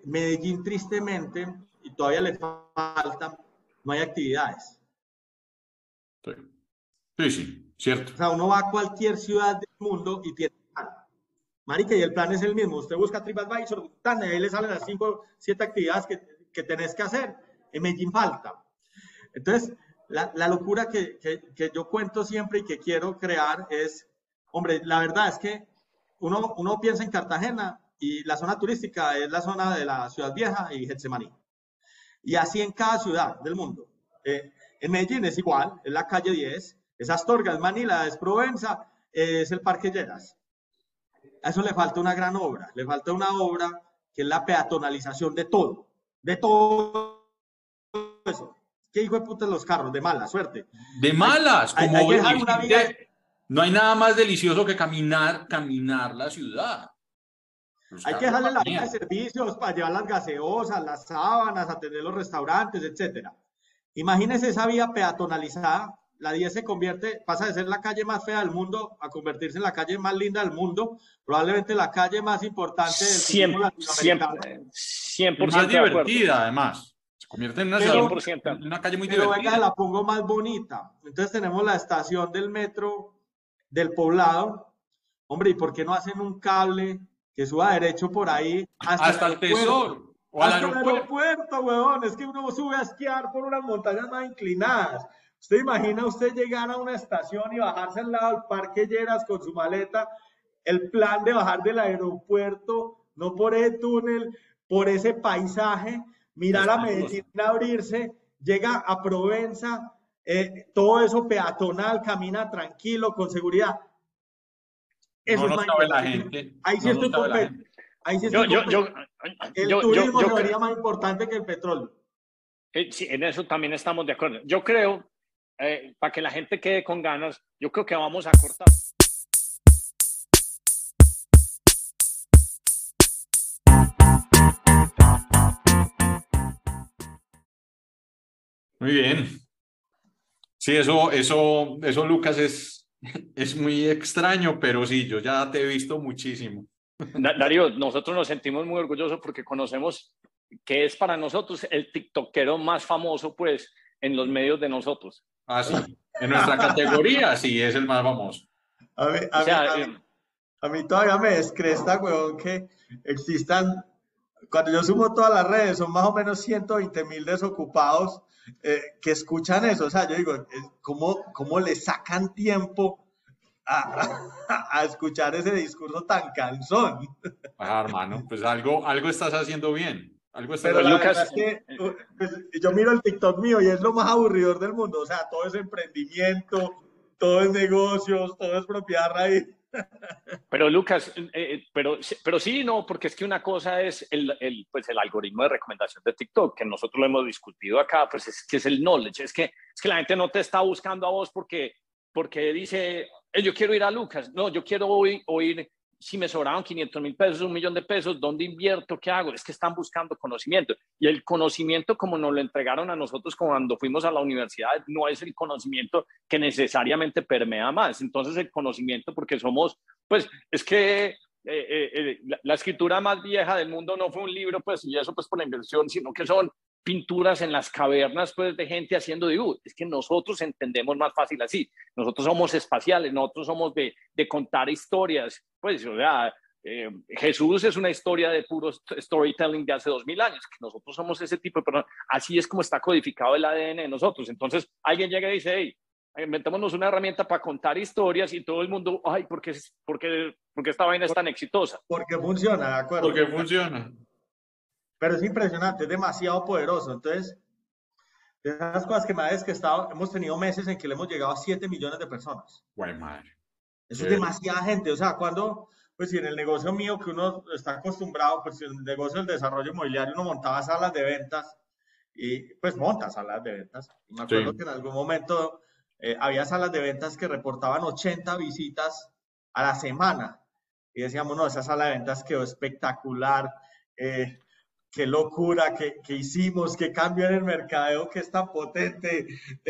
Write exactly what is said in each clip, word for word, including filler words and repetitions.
Medellín, tristemente, y todavía le falta, no hay actividades. Sí, sí, sí, cierto. O sea, uno va a cualquier ciudad del mundo y tiene plan. Marica, y el plan es el mismo. Usted busca TripAdvisor, tan, ahí le salen las cinco, siete actividades que, que tenés que hacer. En Medellín falta. Entonces, la, la locura que, que, que yo cuento siempre y que quiero crear es, hombre, la verdad es que uno, uno piensa en Cartagena y la zona turística es la zona de la Ciudad Vieja y Getsemaní. Y así en cada ciudad del mundo. Eh, en Medellín es igual, es la calle diez, es Astorga, es Manila, es Provenza, es el Parque Lleras. A eso le falta una gran obra, le falta una obra que es la peatonalización de todo, de todo eso. ¿Qué hijo de puta los carros? De mala suerte. De malas, hay, como hay, hay que dejar una vida... no hay nada más delicioso que caminar, caminar la ciudad. Los hay que dejarle la vida de servicios para llevar las gaseosas, las sábanas, atender los restaurantes, etcétera. Imagínense esa vía peatonalizada. La diez se convierte, pasa de ser la calle más fea del mundo a convertirse en la calle más linda del mundo, probablemente la calle más importante del turismo latinoamericano. cien por ciento más divertida, además. Se convierte en una, pero, ciudad, en una calle muy pero divertida. Pero venga, la pongo más bonita. Entonces tenemos la estación del metro del Poblado. Hombre, ¿y por qué no hacen un cable que suba derecho por ahí hasta, hasta el, el tesoro? O hasta el aeropuerto, huevón. Es que uno sube a esquiar por unas montañas más inclinadas. ¿Usted imagina usted llegar a una estación y bajarse al lado del Parque Lleras con su maleta? El plan de bajar del aeropuerto, no por ese túnel, por ese paisaje, mirar a Medellín abrirse, llega a Provenza, eh, todo eso peatonal, camina tranquilo, con seguridad. Eso no es más la gente. Ahí sí no estoy con Petro. Ahí sí estoy yo, yo, yo, El yo, turismo yo, yo, sería más importante que el petróleo. Eh, sí, en eso también estamos de acuerdo. Yo creo, eh, para que la gente quede con ganas, yo creo que vamos a cortar. Muy bien. Sí, eso, eso, eso, Lucas, es, es muy extraño, pero sí, yo ya te he visto muchísimo. Darío, nosotros nos sentimos muy orgullosos porque conocemos que es para nosotros el tiktokero más famoso, pues, en los medios de nosotros. Ah, sí. En nuestra categoría, sí, es el más famoso. A mí, a, o sea, mí, a, mí, a mí todavía me descresta, huevón, que existan, cuando yo sumo todas las redes, son más o menos ciento veinte mil desocupados eh, que escuchan eso. O sea, yo digo, ¿cómo, cómo le sacan tiempo a, a, a escuchar ese discurso tan cansón? Ah, hermano, pues algo, algo estás haciendo bien. Algo estás Pero haciendo la verdad es que pues, yo miro el TikTok mío y es lo más aburridor del mundo. O sea, todo es emprendimiento, todo es negocios, todo es propiedad raíz. Pero Lucas, eh, pero, pero sí, no, porque es que una cosa es el, el, pues el algoritmo de recomendación de TikTok, que nosotros lo hemos discutido acá, pues es que es el knowledge, es que, es que la gente no te está buscando a vos porque, porque dice, hey, yo quiero ir a Lucas, no, yo quiero oír, oír si me sobraban quinientos mil pesos, un millón de pesos, ¿dónde invierto? ¿Qué hago? Es que están buscando conocimiento. Y el conocimiento, como nos lo entregaron a nosotros cuando fuimos a la universidad, no es el conocimiento que necesariamente permea más. Entonces, el conocimiento, porque somos, pues, es que eh, eh, la, la escritura más vieja del mundo no fue un libro, pues, y eso pues por la inversión, sino que son pinturas en las cavernas, pues, de gente haciendo dibujos. Es que nosotros entendemos más fácil así. Nosotros somos espaciales, nosotros somos de, de contar historias. Pues, o sea, eh, Jesús es una historia de puro storytelling de hace dos mil años, que nosotros somos ese tipo de personas. Así es como está codificado el A D N de nosotros. Entonces, alguien llega y dice, hey, inventémonos una herramienta para contar historias y todo el mundo, ay, ¿por qué, por qué, por qué esta vaina es tan exitosa? Porque funciona, de acuerdo. Porque funciona. Pero es impresionante, es demasiado poderoso. Entonces, de esas cosas que me ha desquestado, hemos tenido meses en que le hemos llegado a siete millones de personas. Guay madre. Eso es demasiada gente. O sea, cuando, pues si en el negocio mío que uno está acostumbrado, pues en el negocio del desarrollo inmobiliario uno montaba salas de ventas y pues monta salas de ventas. Y me acuerdo sí. que en algún momento eh, había salas de ventas que reportaban ochenta visitas a la semana. Y decíamos, no, esa sala de ventas quedó espectacular. Eh, qué locura que, que hicimos, qué cambio en el mercadeo que es tan potente.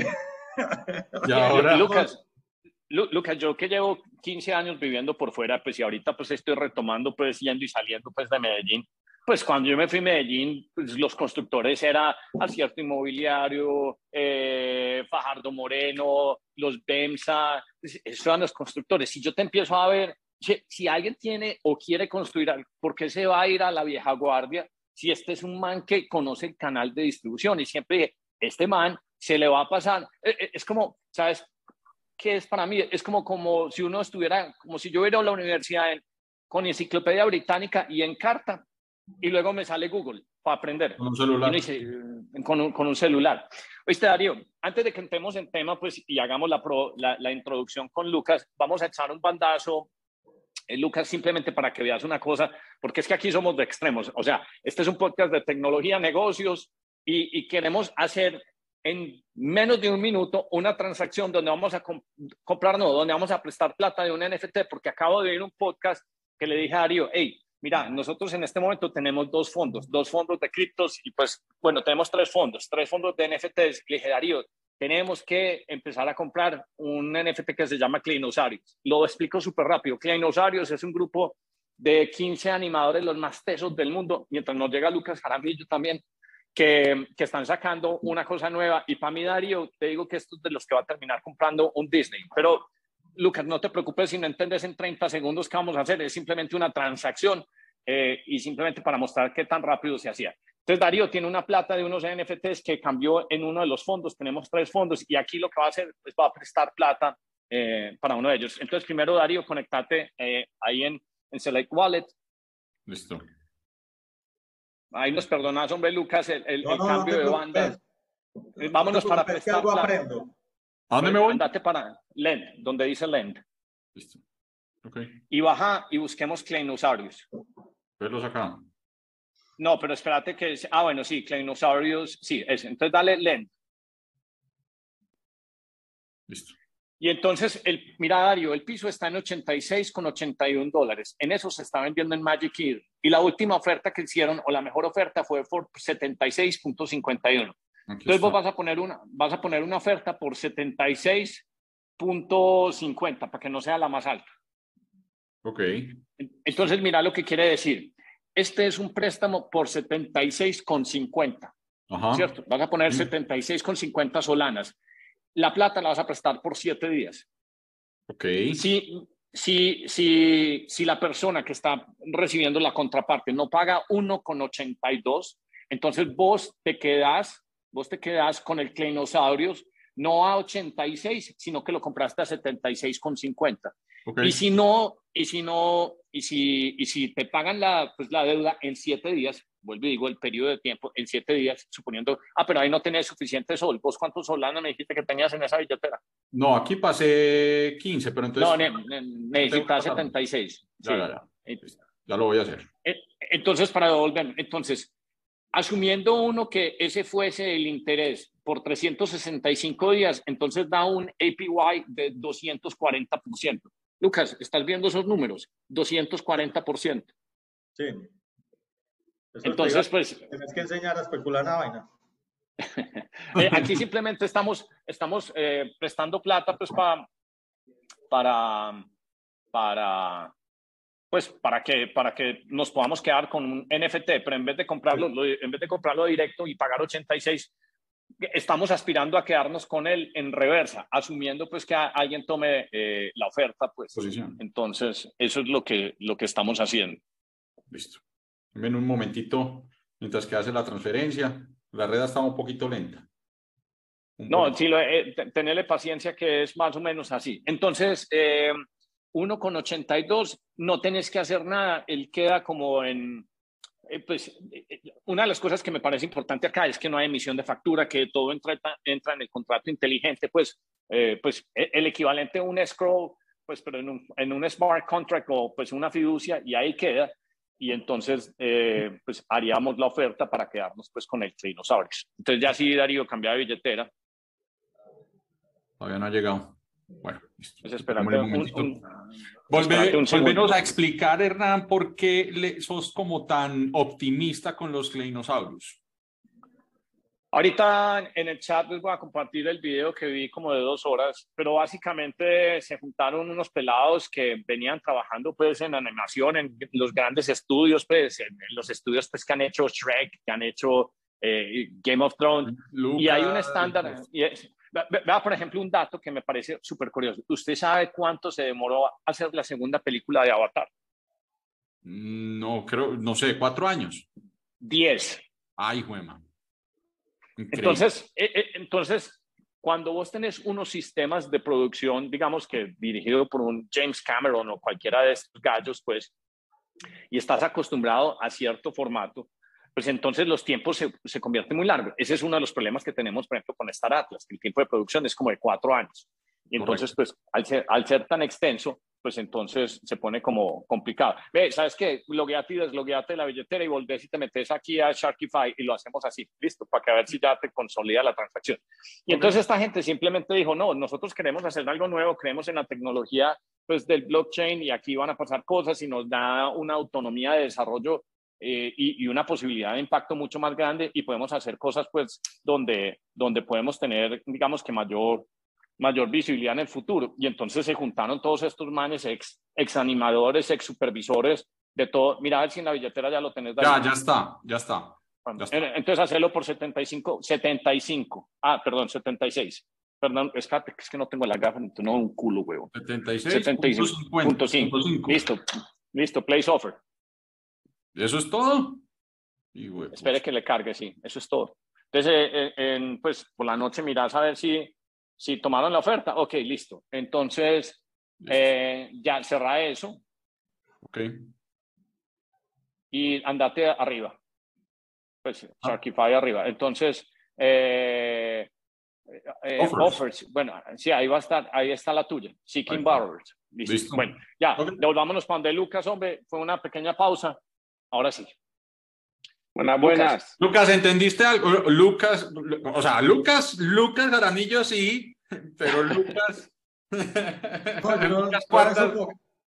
Y ahora, Lucas, Lucas, yo que llevo quince años viviendo por fuera, pues y ahorita pues estoy retomando, pues yendo y saliendo pues de Medellín. pues cuando yo me fui a Medellín, pues los constructores era Acierto Inmobiliario, eh, Fajardo Moreno, los BEMSA, esos eran los constructores. Si yo te empiezo a ver, si, si alguien tiene o quiere construir algo, ¿por qué se va a ir a la vieja guardia? Si este es un man que conoce el canal de distribución, y siempre dije, este man se le va a pasar, es como, ¿sabes qué es para mí? Es como, como si uno estuviera, como si yo hubiera a la universidad en, con enciclopedia británica y en carta, y luego me sale Google para aprender. Con un celular. Dice, con, un, con un celular. Oíste, Darío, antes de que entremos en tema, pues, y hagamos la, pro, la, la introducción con Lucas, vamos a echar un bandazo, eh, Lucas, simplemente para que veas una cosa, porque es que aquí somos de extremos. O sea, este es un podcast de tecnología, negocios, y, y queremos hacer en menos de un minuto una transacción donde vamos a comp comprar, no, donde vamos a prestar plata de un N F T, porque acabo de ver un podcast que le dije a Darío, hey, mira, nosotros en este momento tenemos dos fondos, dos fondos de criptos y pues, bueno, tenemos tres fondos, tres fondos de N F Ts. Le dije, Darío, tenemos que empezar a comprar un N F T que se llama Cleinosarios. Lo explico súper rápido. Cleinosarios es un grupo de quince animadores, los más tesos del mundo, mientras nos llega Lucas Jaramillo también, que, que están sacando una cosa nueva. Y para mí, Darío, te digo que esto es de los que va a terminar comprando un Disney. Pero, Lucas, no te preocupes si no entiendes en treinta segundos qué vamos a hacer. Es simplemente una transacción eh, y simplemente para mostrar qué tan rápido se hacía. Entonces, Darío tiene una plata de unos N F Ts que cambió en uno de los fondos. Tenemos tres fondos y aquí lo que va a hacer es pues, va a prestar plata eh, para uno de ellos. Entonces, primero, Darío, conectate eh, ahí en, en Select Wallet. Listo. Ahí nos perdonas, hombre, Lucas, el, el, No, el no, cambio no de banda. No Vámonos para prestar algo plata. aprendo. ¿A dónde me voy? Andate para Lend, donde dice Lend. Listo. Ok. Y baja y busquemos Cleinosarios. Verlos acá. No, pero espérate que... Es, ah, bueno, sí, Cleinosarios, sí, ese. Entonces dale Lend. Listo. Y entonces, el, mira, Darío, el piso está en ochenta y seis con ochenta y uno dólares. En eso se está vendiendo en Magic Eden. Y la última oferta que hicieron, o la mejor oferta, fue por setenta y seis punto cincuenta y uno. Entonces vos vas a poner una, vas a poner una oferta por setenta y seis punto cincuenta para que no sea la más alta. Ok. Entonces, mira lo que quiere decir. Este es un préstamo por setenta y seis con cincuenta. Ajá. ¿Cierto? Vas a poner setenta y seis con cincuenta solanas. La plata la vas a prestar por siete días. Ok. Si, si, si, si la persona que está recibiendo la contraparte no paga uno con ochenta y dos, entonces vos te quedas, vos te quedas con el Cleinosarios no a ochenta y seis, sino que lo compraste a setenta y seis con cincuenta. Okay. Y si no, y si no, y si, y si te pagan la, pues la deuda en siete días, vuelvo y digo el periodo de tiempo, en siete días, suponiendo, ah, pero ahí no tenés suficiente sol. ¿Vos cuántos solanos me dijiste que tenías en esa billetera? No, aquí pasé quince, pero entonces... No, ne, ne, necesitas setenta y seis. Ya, sí. ya, ya. Ya lo voy a hacer. Entonces, para devolver, entonces, asumiendo uno que ese fuese el interés por trescientos sesenta y cinco días, entonces da un A P Y de doscientos cuarenta por ciento. Lucas, ¿estás viendo esos números? doscientos cuarenta por ciento. Sí. Eso entonces, te pues... Tienes que enseñar a especular la vaina. eh, aquí simplemente estamos, estamos eh, prestando plata pues pa, para... para pues para que, para que nos podamos quedar con un N F T, pero en vez de comprarlo, lo, en vez de comprarlo directo y pagar ochenta y seis, estamos aspirando a quedarnos con él en reversa, asumiendo pues que a, alguien tome eh, la oferta, pues. Posición. Entonces, eso es lo que, lo que estamos haciendo. Listo. En un momentito, mientras que hace la transferencia, la red está un poquito lenta. Un no, poquito. Sí, lo, eh, tenerle paciencia que es más o menos así. Entonces, eh, uno con ochenta y dos, no tenés que hacer nada, él queda como en, eh, pues, eh, una de las cosas que me parece importante acá es que no hay emisión de factura, que todo entra, entra en el contrato inteligente, pues, eh, pues el equivalente a un escrow, pues, pero en un, en un smart contract o pues una fiducia, y ahí queda, y entonces, eh, pues, haríamos la oferta para quedarnos, pues, con el Cleinosarios. Entonces, ya sí, Darío, cambiaba de billetera. Todavía no ha llegado. Bueno, listo. Pues espérate un, un, un, Volve, un volvenos a explicar, Hernán, por qué le, sos como tan optimista con los Cleinosarios. Ahorita en el chat les voy a compartir el video que vi como de dos horas, pero básicamente se juntaron unos pelados que venían trabajando pues en animación, en los grandes estudios, pues en los estudios pues que han hecho Shrek, que han hecho eh, Game of Thrones, Lucas, y hay un estándar. Y es, vea, por ejemplo, un dato que me parece súper curioso. ¿Usted sabe cuánto se demoró hacer la segunda película de Avatar? No, creo, no sé, cuatro años. Diez. Ay, juema. Increíble. Entonces, eh, eh, entonces, cuando vos tenés unos sistemas de producción, digamos que dirigido por un James Cameron o cualquiera de estos gallos, pues, y estás acostumbrado a cierto formato, pues entonces los tiempos se, se convierten muy largos. Ese es uno de los problemas que tenemos, por ejemplo, con Star Atlas, que el tiempo de producción es como de cuatro años. Y entonces, Correcto. pues, al ser, al ser tan extenso, pues entonces se pone como complicado. Ve, ¿sabes qué? Logueate y deslogueate la billetera y volvés y te metes aquí a Sharkify y lo hacemos así, listo, para que a ver si ya te consolida la transacción. Y okay. Entonces esta gente simplemente dijo, no, nosotros queremos hacer algo nuevo, creemos en la tecnología pues, del blockchain y aquí van a pasar cosas y nos da una autonomía de desarrollo eh, y, y una posibilidad de impacto mucho más grande y podemos hacer cosas pues donde, donde podemos tener, digamos que mayor... mayor visibilidad en el futuro. Y entonces se juntaron todos estos manes, ex, ex animadores, ex supervisores, de todo. Mira a ver si en la billetera ya lo tenés. Ya, ya está, ya está. Bueno, ya está. Entonces hacerlo por setenta y cinco, setenta y cinco. Ah, perdón, setenta y seis. Perdón, es que, es que no tengo la gafa, no un culo, huevo. setenta y seis punto cinco. Listo, listo, place offer. ¿Eso es todo? Y, Espere que le cargue, sí, eso es todo. Entonces, eh, eh, pues por la noche mirás a ver si Si tomaron la oferta, ok, listo. Entonces, listo. Eh, ya cerra eso. Ok. Y andate arriba. Pues, ah. Sharkify arriba. Entonces, eh, eh, offers. offers. Bueno, sí, ahí va a estar, ahí está la tuya. Seeking ahí borrowers. Listo. Listo. Bueno, ya, okay. Devolvámonos para donde Lucas, hombre. Fue una pequeña pausa. Ahora sí. Buenas, buenas. Lucas, ¿entendiste algo? Lucas, o sea, Lucas, Lucas Jaramillo sí, pero Lucas... No, yo, Lucas yo, eso,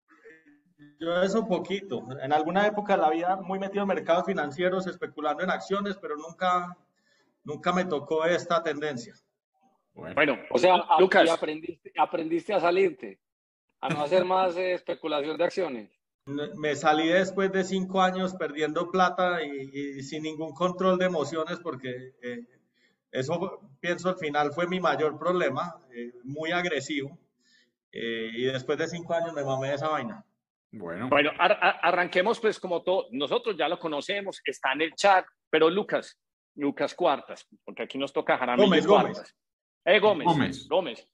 yo eso poquito. En alguna época de la vida muy metido en mercados financieros, especulando en acciones, pero nunca, nunca me tocó esta tendencia. Bueno, bueno o sea, Lucas, aprendiste, aprendiste a salirte, a no hacer más eh, especulación de acciones. Me salí después de cinco años perdiendo plata y, y sin ningún control de emociones porque eh, eso, pienso, al final fue mi mayor problema, eh, muy agresivo. Eh, y después de cinco años me mamé esa vaina. Bueno, bueno ar ar arranquemos pues como todo. Nosotros ya lo conocemos, está en el chat, pero Lucas, Lucas Cuartas, porque aquí nos toca Jaramillo Gómez, Cuartas. Gómez. Eh, Gómez, Gómez. Gómez.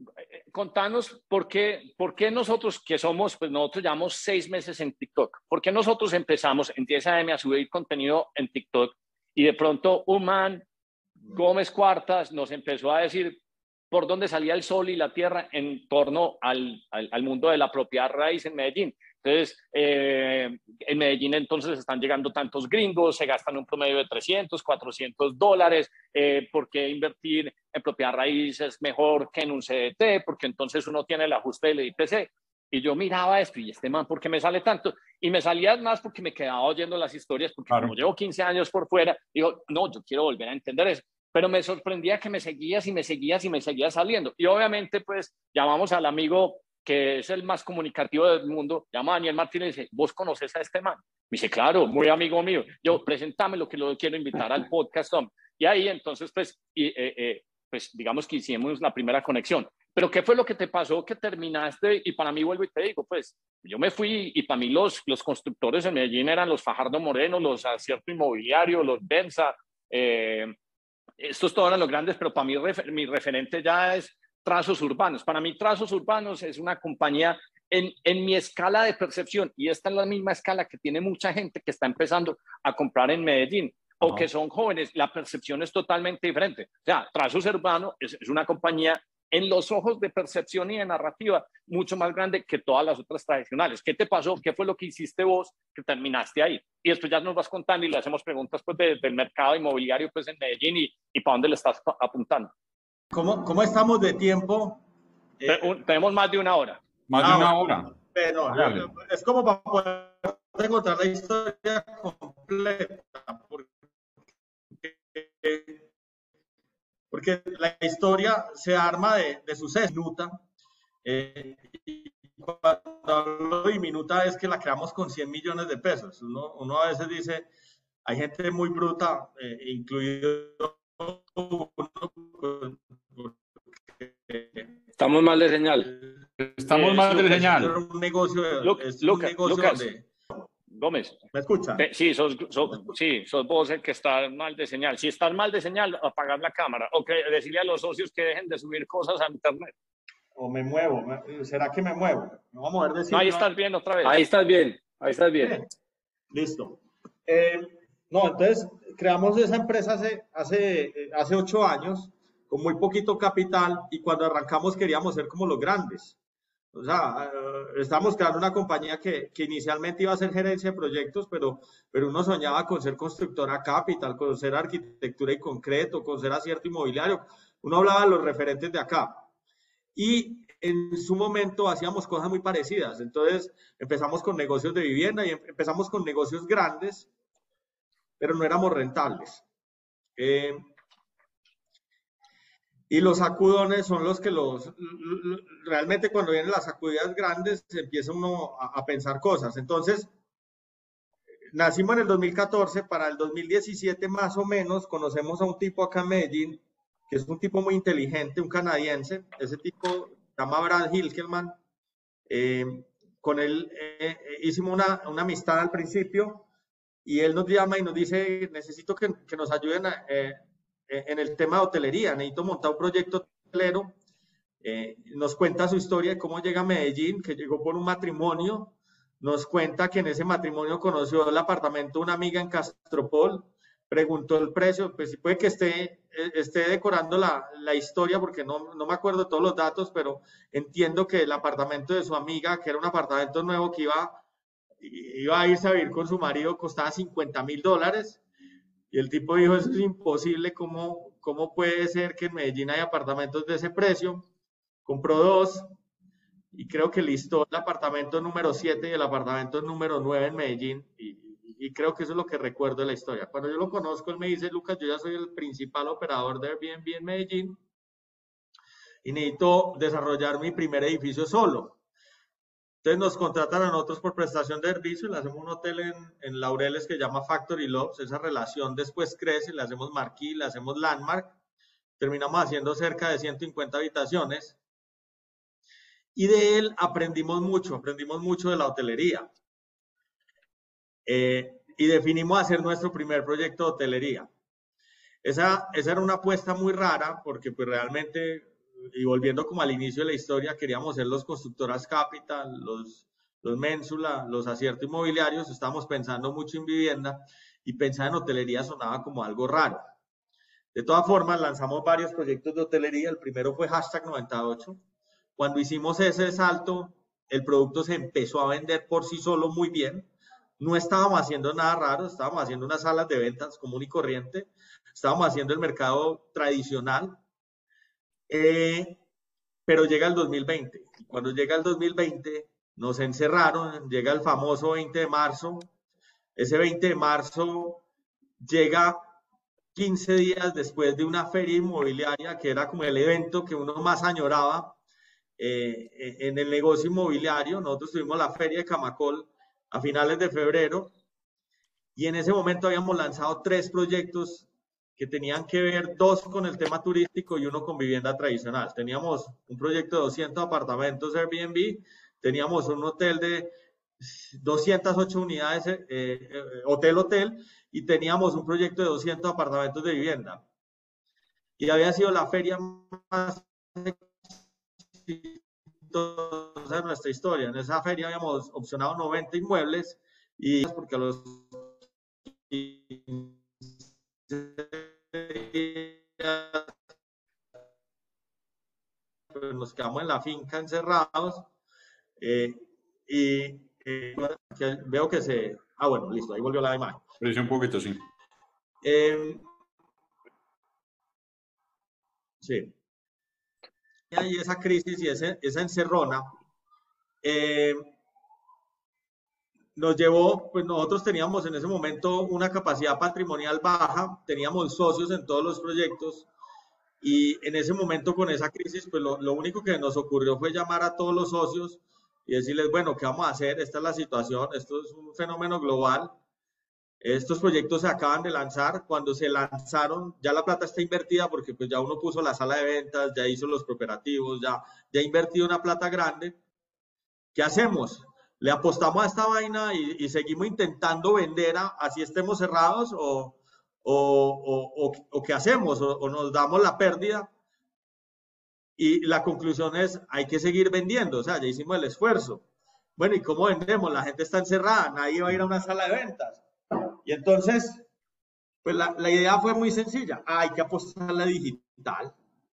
Contanos por qué, por qué nosotros que somos, pues nosotros llevamos seis meses en TikTok, por qué nosotros empezamos en diez A M a subir contenido en TikTok y de pronto un man, Gómez Cuartas, nos empezó a decir por dónde salía el sol y la tierra en torno al, al, al mundo de la propiedad raíz en Medellín. Entonces, eh, en Medellín entonces están llegando tantos gringos, se gastan un promedio de trescientos, cuatrocientos dólares, eh, porque invertir en propiedad raíz es mejor que en un C D T, porque entonces uno tiene el ajuste del I P C. Y yo miraba esto, y este man, ¿por qué me sale tanto? Y me salía más porque me quedaba oyendo las historias, porque claro. Como llevo quince años por fuera, digo, no, yo quiero volver a entender eso. Pero me sorprendía que me seguías y me seguías y me seguías saliendo. Y obviamente, pues, llamamos al amigo que es el más comunicativo del mundo, llama a Daniel Martínez y dice, ¿vos conoces a este man? Me dice, claro, muy amigo mío. Yo, preséntame lo que lo quiero invitar al podcast. Hombre. Y ahí entonces, pues, y, eh, eh, pues, digamos que hicimos la primera conexión. Pero ¿qué fue lo que te pasó que terminaste? Y para mí, vuelvo y te digo, pues, yo me fui y para mí los, los constructores en Medellín eran los Fajardo Moreno, los Acierto Inmobiliario, los Benza, eh, estos todos eran los grandes, pero para mí refer mi referente ya es Trazos Urbanos. Para mí Trazos Urbanos es una compañía en, en mi escala de percepción, y esta es la misma escala que tiene mucha gente que está empezando a comprar en Medellín o uh-huh. que son jóvenes, la percepción es totalmente diferente. O sea, Trazos Urbanos es, es una compañía en los ojos de percepción y de narrativa mucho más grande que todas las otras tradicionales. ¿Qué te pasó? ¿Qué fue lo que hiciste vos que terminaste ahí? Y después ya nos vas contando y le hacemos preguntas pues, de, del mercado inmobiliario pues, en Medellín y, y para dónde le estás apuntando. ¿Cómo, cómo estamos de tiempo? Eh, un, tenemos más de una hora. Más de ah, una hora. Pero, es como para poder encontrar la historia completa. Porque porque la historia se arma de, de sucesos. Minuta, eh, y cuando hablo de minuta es que la creamos con cien millones de pesos. Uno, uno a veces dice, hay gente muy bruta, eh, incluido uno, Estamos mal de señal. Estamos eh, mal de Lucas, señal. Es un negocio, Lu- es Lucas, un negocio Lucas. donde... Gómez. ¿Me escucha? Te- Sí, sos, sos- sí, sos vos el que está mal de señal. Si estás mal de señal, apagar la cámara. O que decirle a los socios que dejen de subir cosas a internet. ¿O me muevo? ¿Me- ¿Será que me muevo? ¿Me voy a mover de No, sitio? ahí estás bien otra vez. Ahí estás bien, ahí estás bien. Bien. Listo. Eh, no, entonces creamos esa empresa hace, hace, eh, hace ocho años, con muy poquito capital, y cuando arrancamos queríamos ser como los grandes. O sea, eh, estábamos creando una compañía que, que inicialmente iba a ser gerencia de proyectos, pero, pero uno soñaba con ser constructora capital, con ser arquitectura y concreto, con ser acierto inmobiliario. Uno hablaba de los referentes de acá. Y en su momento hacíamos cosas muy parecidas. Entonces empezamos con negocios de vivienda y em- empezamos con negocios grandes, pero no éramos rentables. Eh, y los sacudones son los que los... l- l- Realmente cuando vienen las sacudidas grandes empieza uno a, a pensar cosas. Entonces nacimos en el dos mil catorce, para el dos mil diecisiete más o menos conocemos a un tipo acá en Medellín, que es un tipo muy inteligente, un canadiense. Ese tipo se llama Brad Hilkelman. Eh, con él eh, hicimos una, una amistad al principio y él nos llama y nos dice, necesito que, que nos ayuden a, eh, en el tema de hotelería, necesito montar un proyecto hotelero. Eh, nos cuenta su historia de cómo llega a Medellín, que llegó por un matrimonio. Nos cuenta que en ese matrimonio conoció el apartamento de una amiga en Castropol, preguntó el precio, pues sí puede que esté, esté decorando la, la historia porque no, no me acuerdo todos los datos, pero entiendo que el apartamento de su amiga, que era un apartamento nuevo que iba, iba a irse a vivir con su marido, costaba cincuenta mil dólares. Y el tipo dijo, eso es imposible, ¿cómo, cómo puede ser que en Medellín hay apartamentos de ese precio? Compró dos y creo que listó el apartamento número siete y el apartamento número nueve en Medellín y, y creo que eso es lo que recuerdo de la historia. Cuando yo lo conozco, él me dice, Lucas, yo ya soy el principal operador de Airbnb en Medellín y necesito desarrollar mi primer edificio solo. Entonces nos contratan a nosotros por prestación de servicio y le hacemos un hotel en, en Laureles que se llama Factory Lofts. Esa relación después crece, le hacemos Marquee, le hacemos Landmark. Terminamos haciendo cerca de ciento cincuenta habitaciones. Y de él aprendimos mucho, aprendimos mucho de la hotelería. Eh, y definimos hacer nuestro primer proyecto de hotelería. Esa, esa era una apuesta muy rara porque pues realmente, y volviendo como al inicio de la historia, queríamos ser los constructoras capital, los, los Ménsula, los aciertos inmobiliarios, estábamos pensando mucho en vivienda y pensar en hotelería sonaba como algo raro. De todas formas, lanzamos varios proyectos de hotelería. El primero fue Hashtag noventa y ocho. Cuando hicimos ese salto, el producto se empezó a vender por sí solo muy bien. No estábamos haciendo nada raro, estábamos haciendo unas salas de ventas común y corriente, estábamos haciendo el mercado tradicional. Eh, pero llega el dos mil veinte. Cuando llega el dos mil veinte, nos encerraron, llega el famoso veinte de marzo. Ese veinte de marzo llega quince días después de una feria inmobiliaria que era como el evento que uno más añoraba eh, en el negocio inmobiliario. Nosotros tuvimos la feria de Camacol a finales de febrero y en ese momento habíamos lanzado tres proyectos que tenían que ver, dos con el tema turístico y uno con vivienda tradicional. Teníamos un proyecto de doscientos apartamentos Airbnb, teníamos un hotel de doscientas ocho unidades, eh, eh, hotel hotel, y teníamos un proyecto de doscientos apartamentos de vivienda. Y había sido la feria más exitosa de nuestra historia. En esa feria habíamos opcionado noventa inmuebles y porque a los nos quedamos en la finca encerrados eh, y eh, que veo que se... Ah, bueno, listo, ahí volvió la imagen. Creció un poquito, sí. Eh, sí. Y esa crisis y ese, esa encerrona eh, nos llevó, pues nosotros teníamos en ese momento una capacidad patrimonial baja, teníamos socios en todos los proyectos, Y en ese momento con esa crisis, pues lo, lo único que nos ocurrió fue llamar a todos los socios y decirles, bueno, ¿qué vamos a hacer? Esta es la situación, esto es un fenómeno global. Estos proyectos se acaban de lanzar. Cuando se lanzaron, ya la plata está invertida porque pues ya uno puso la sala de ventas, ya hizo los cooperativos, ya, ya ha invertido una plata grande. ¿Qué hacemos? ¿Le apostamos a esta vaina y, y seguimos intentando vender a, así estemos cerrados o, o, o, o, o qué hacemos? O, ¿O nos damos la pérdida? Y la conclusión es, hay que seguir vendiendo, o sea, ya hicimos el esfuerzo. Bueno, ¿y cómo vendemos? La gente está encerrada, nadie va a ir a una sala de ventas. Y entonces, pues la, la idea fue muy sencilla, hay que apostar a la digital.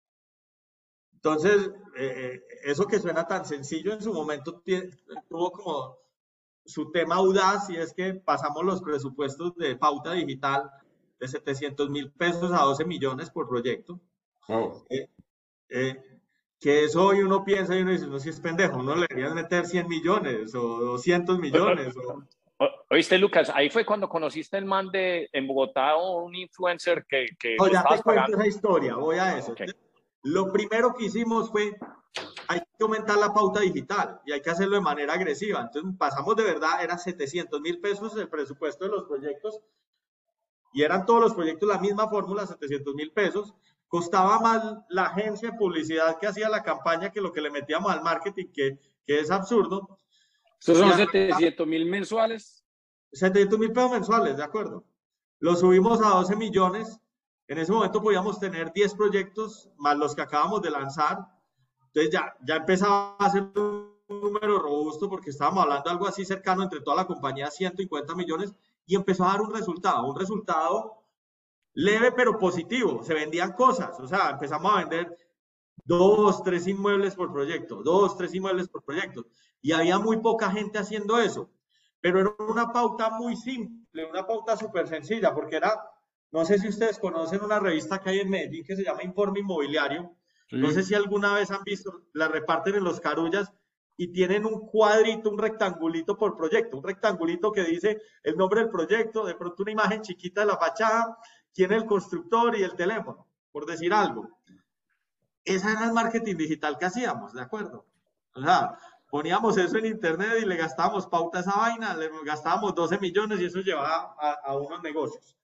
Entonces, eh, eso que suena tan sencillo en su momento tiene, tuvo como su tema audaz y es que pasamos los presupuestos de pauta digital de setecientos mil pesos a doce millones por proyecto. Oh. Eh, eh, que eso hoy uno piensa y uno dice, no, si es pendejo, uno le deberían meter cien millones o doscientos millones. O... Oíste, Lucas, ahí fue cuando conociste el man de en Bogotá o un influencer que... que no, ya te cuento esa historia, voy a eso. Okay. Lo primero que hicimos fue, hay que aumentar la pauta digital y hay que hacerlo de manera agresiva. Entonces pasamos de verdad, era setecientos mil pesos el presupuesto de los proyectos y eran todos los proyectos la misma fórmula, setecientos mil pesos. Costaba más la agencia de publicidad que hacía la campaña que lo que le metíamos al marketing, que, que es absurdo. ¿Estos son setecientos mil mensuales? setecientos mil pesos mensuales, de acuerdo. Lo subimos a doce millones. En ese momento podíamos tener diez proyectos más los que acabamos de lanzar. Entonces ya, ya empezaba a ser un número robusto porque estábamos hablando de algo así cercano entre toda la compañía, ciento cincuenta millones, y empezó a dar un resultado, un resultado leve pero positivo. Se vendían cosas, o sea, empezamos a vender dos, tres inmuebles por proyecto, dos, tres inmuebles por proyecto, y había muy poca gente haciendo eso, pero era una pauta muy simple, una pauta súper sencilla, porque era, no sé si ustedes conocen una revista que hay en Medellín que se llama Informe Inmobiliario, sí. No sé si alguna vez han visto, la reparten en los carullas y tienen un cuadrito, un rectangulito por proyecto, un rectangulito que dice el nombre del proyecto, de pronto una imagen chiquita de la fachada, quién es el constructor y el teléfono, por decir algo. Ese era el marketing digital que hacíamos, ¿de acuerdo? O sea, poníamos eso en internet y le gastábamos pauta a esa vaina, le gastábamos doce millones y eso llevaba a, a unos negocios.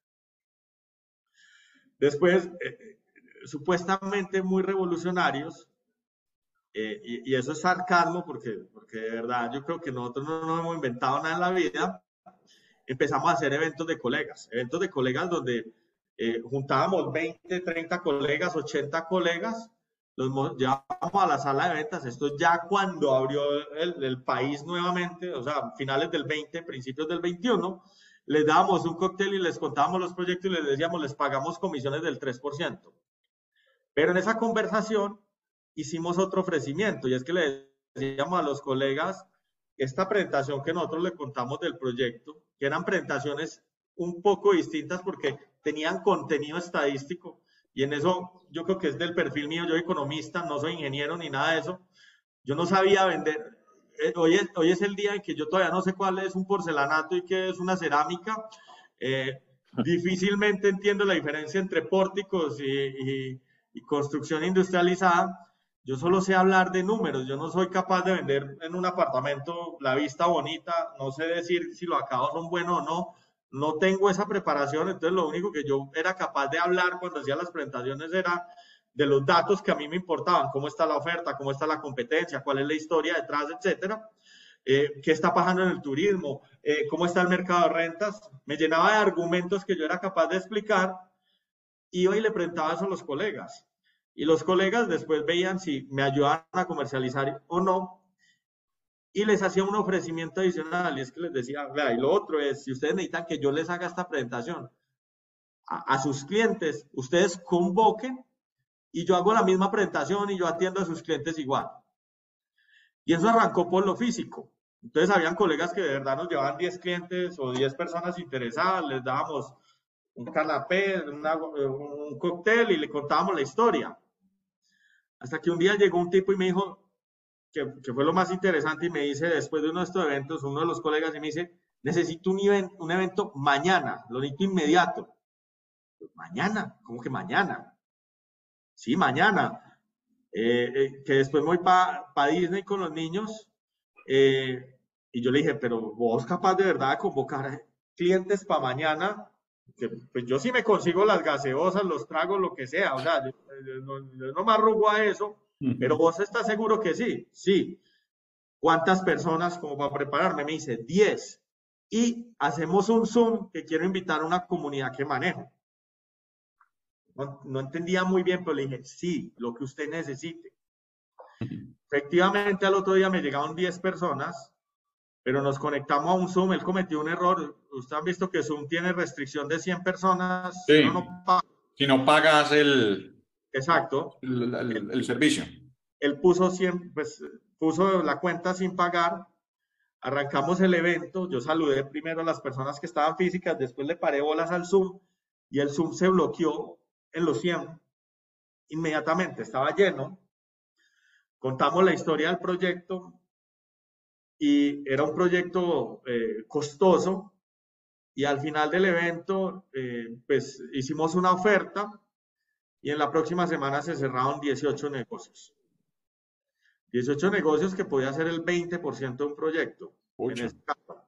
Después, eh, supuestamente muy revolucionarios, eh, y, y eso es sarcasmo porque, porque de verdad yo creo que nosotros no nos hemos inventado nada en la vida, empezamos a hacer eventos de colegas, eventos de colegas donde eh, juntábamos veinte, treinta colegas, ochenta colegas, los llevábamos a la sala de ventas. Esto ya cuando abrió el, el país nuevamente, o sea, finales del veinte, principios del veintiuno, les dábamos un cóctel y les contábamos los proyectos y les decíamos, les pagamos comisiones del tres por ciento. Pero en esa conversación hicimos otro ofrecimiento y es que le decíamos a los colegas esta presentación que nosotros le contamos del proyecto, que eran presentaciones un poco distintas porque tenían contenido estadístico. Y en eso yo creo que es del perfil mío, yo economista, no soy ingeniero ni nada de eso. Yo no sabía vender. Hoy es, hoy es el día en que yo todavía no sé cuál es un porcelanato y qué es una cerámica. Eh, difícilmente entiendo la diferencia entre pórticos y, y, y construcción industrializada. Yo solo sé hablar de números. Yo no soy capaz de vender en un apartamento la vista bonita. No sé decir si los acabados son buenos o no. No tengo esa preparación, entonces lo único que yo era capaz de hablar cuando hacía las presentaciones era de los datos que a mí me importaban, cómo está la oferta, cómo está la competencia, cuál es la historia detrás, etcétera, eh, qué está pasando en el turismo, eh, cómo está el mercado de rentas. Me llenaba de argumentos que yo era capaz de explicar, iba y le presentaba eso a los colegas. Y los colegas después veían si me ayudaban a comercializar o no, y les hacía un ofrecimiento adicional, y es que les decía, vea, y lo otro es, si ustedes necesitan que yo les haga esta presentación a, a sus clientes, ustedes convoquen y yo hago la misma presentación y yo atiendo a sus clientes igual. Y eso arrancó por lo físico. Entonces habían colegas que de verdad nos llevaban diez clientes o diez personas interesadas, les dábamos un canapé, una, un cóctel y le contábamos la historia. Hasta que un día llegó un tipo y me dijo, Que, que fue lo más interesante, y me dice, después de uno de estos eventos, uno de los colegas y me dice, necesito un, event, un evento mañana, lo necesito inmediato. Pues, mañana, ¿cómo que mañana? sí, mañana, eh, eh, que después me voy para pa Disney con los niños. Eh, y yo le dije, pero vos capaz de verdad de convocar clientes para mañana, que pues yo sí me consigo las gaseosas, los tragos, lo que sea, o sea, yo, yo no, yo no me arrugo a eso, uh-huh. Pero vos estás seguro que sí, sí. ¿Cuántas personas como para prepararme? Me dice, diez. Y hacemos un Zoom que quiero invitar a una comunidad que manejo. No, no entendía muy bien, pero le dije, sí, lo que usted necesite. Uh-huh. Efectivamente, al otro día me llegaron diez personas, pero nos conectamos a un Zoom. Él cometió un error. Ustedes han visto que Zoom tiene restricción de cien personas. Sí. Si no, no paga. Si no pagas el, Exacto. el, el, el, el servicio. Él puso, cien, pues, puso la cuenta sin pagar. Arrancamos el evento. Yo saludé primero a las personas que estaban físicas, después le paré bolas al Zoom y el Zoom se bloqueó en los cien. Inmediatamente estaba lleno. Contamos la historia del proyecto. Y era un proyecto eh, costoso, y al final del evento, eh, pues hicimos una oferta, y en la próxima semana se cerraron dieciocho negocios. dieciocho negocios que podía ser el veinte por ciento de un proyecto. En este caso.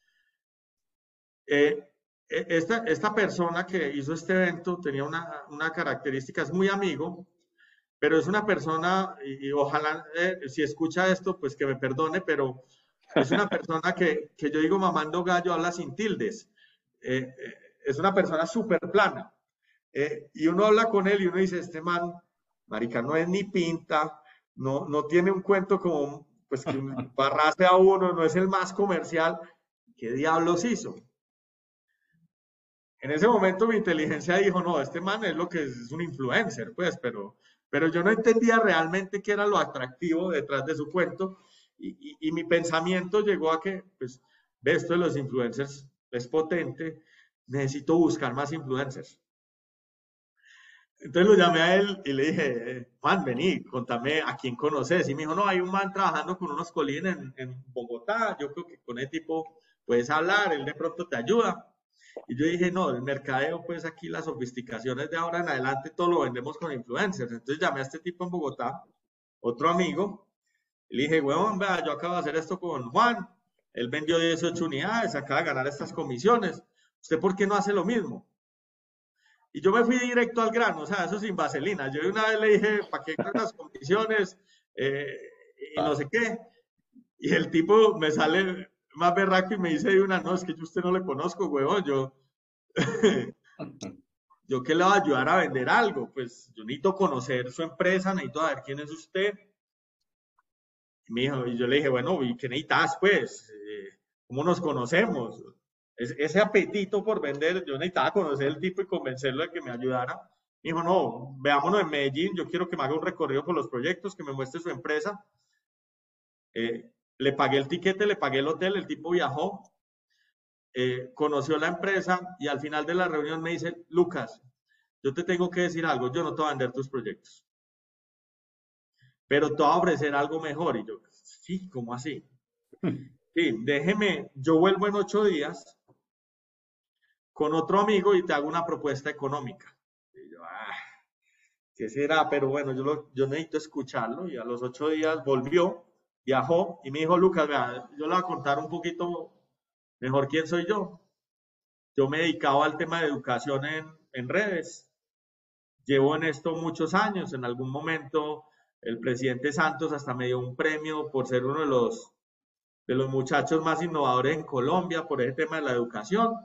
Eh, esta, esta persona que hizo este evento tenía una, una característica, es muy amigo, pero es una persona, y, y ojalá, eh, si escucha esto, pues que me perdone, pero es una persona que, que yo digo mamando gallo, habla sin tildes. Eh, eh, es una persona súper plana. Eh, y uno habla con él y uno dice, este man, marica, no es ni pinta, no, no tiene un cuento como, pues, que barraste a uno, no es el más comercial. ¿Qué diablos hizo? En ese momento mi inteligencia dijo, no, este man es lo que es, es un influencer, pues, pero, pero yo no entendía realmente qué era lo atractivo detrás de su cuento. Y, y, y mi pensamiento llegó a que, pues, ve, esto de los influencers es potente, necesito buscar más influencers. Entonces lo llamé a él y le dije, Juan, vení, contame a quién conoces. Y me dijo, no, hay un man trabajando con unos colines en, en Bogotá, yo creo que con ese tipo puedes hablar, él de pronto te ayuda. Y yo dije, no, el mercadeo, pues aquí las sofisticaciones de ahora en adelante, todo lo vendemos con influencers. Entonces llamé a este tipo en Bogotá, otro amigo, y le dije, huevón, vea, yo acabo de hacer esto con Juan, él vendió dieciocho unidades, acaba de ganar estas comisiones, ¿usted por qué no hace lo mismo? Y yo me fui directo al grano, o sea, eso sin vaselina. Yo una vez le dije, ¿para qué ganas las comisiones? Eh, y no sé qué. Y el tipo me sale más berraco y me dice de una, no, es que yo a usted no le conozco, huevón, yo... yo que le voy a ayudar a vender algo, pues yo necesito conocer su empresa, necesito saber quién es usted. Y, me dijo, y yo le dije, bueno, ¿y qué necesitas, pues? Eh, ¿Cómo nos conocemos? Es, ese apetito por vender, yo necesitaba conocer el tipo y convencerlo de que me ayudara. Me dijo, no, veámonos en Medellín, yo quiero que me haga un recorrido por los proyectos, que me muestre su empresa. Eh, le pagué el tiquete, le pagué el hotel, el tipo viajó, eh, conoció la empresa y al final de la reunión me dice, Lucas, yo te tengo que decir algo, yo no te voy a vender tus proyectos, pero te voy a ofrecer algo mejor. Y yo, sí, ¿cómo así? Sí, déjeme, yo vuelvo en ocho días con otro amigo y te hago una propuesta económica. Y yo, ah, ¿qué será? Pero bueno, yo, lo, yo necesito escucharlo. Y a los ocho días volvió, viajó y me dijo, Lucas, vea, yo le voy a contar un poquito mejor quién soy yo. Yo me he dedicado al tema de educación en, en redes. Llevo en esto muchos años. En algún momento el presidente Santos hasta me dio un premio por ser uno de los, de los muchachos más innovadores en Colombia por ese tema de la educación.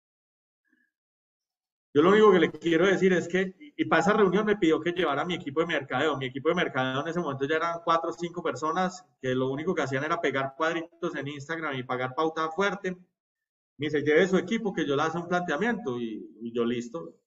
Yo lo único que le quiero decir es que, y para esa reunión me pidió que llevara a mi equipo de mercadeo. Mi equipo de mercadeo en ese momento ya eran cuatro o cinco personas que lo único que hacían era pegar cuadritos en Instagram y pagar pauta fuerte. Me dice, lleve su equipo que yo le hago un planteamiento y, y yo listo.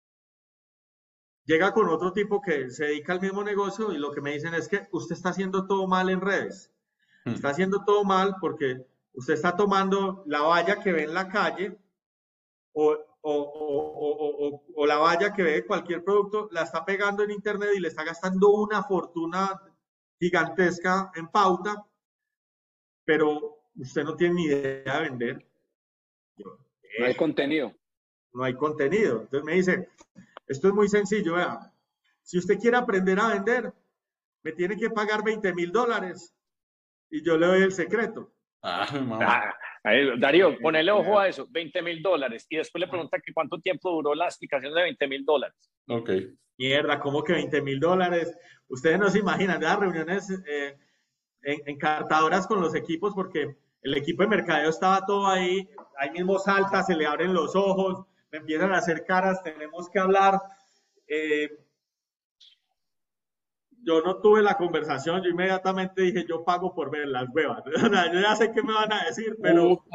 Llega con otro tipo que se dedica al mismo negocio y lo que me dicen es que usted está haciendo todo mal en redes. Hmm. Está haciendo todo mal porque usted está tomando la valla que ve en la calle o... O, o, o, o, o la valla que ve de cualquier producto, la está pegando en internet y le está gastando una fortuna gigantesca en pauta, pero usted no tiene ni idea de vender. Yo, eh, no hay contenido. No hay contenido. Entonces me dice, esto es muy sencillo, vea. si usted quiere aprender a vender, me tiene que pagar veinte mil dólares y yo le doy el secreto. Ah, ah, Darío, ponele ojo a eso, veinte mil dólares. Y después le pregunta que cuánto tiempo duró la explicación de veinte mil dólares. Ok. Mierda, ¿cómo que veinte mil dólares? Ustedes no se imaginan, las reuniones eh, encartadoras con los equipos, porque el equipo de mercadeo estaba todo ahí, ahí mismo salta, se le abren los ojos, me empiezan a hacer caras, tenemos que hablar. Eh, yo no tuve la conversación, yo inmediatamente dije, yo pago por ver las huevas. Yo ya sé qué me van a decir, pero...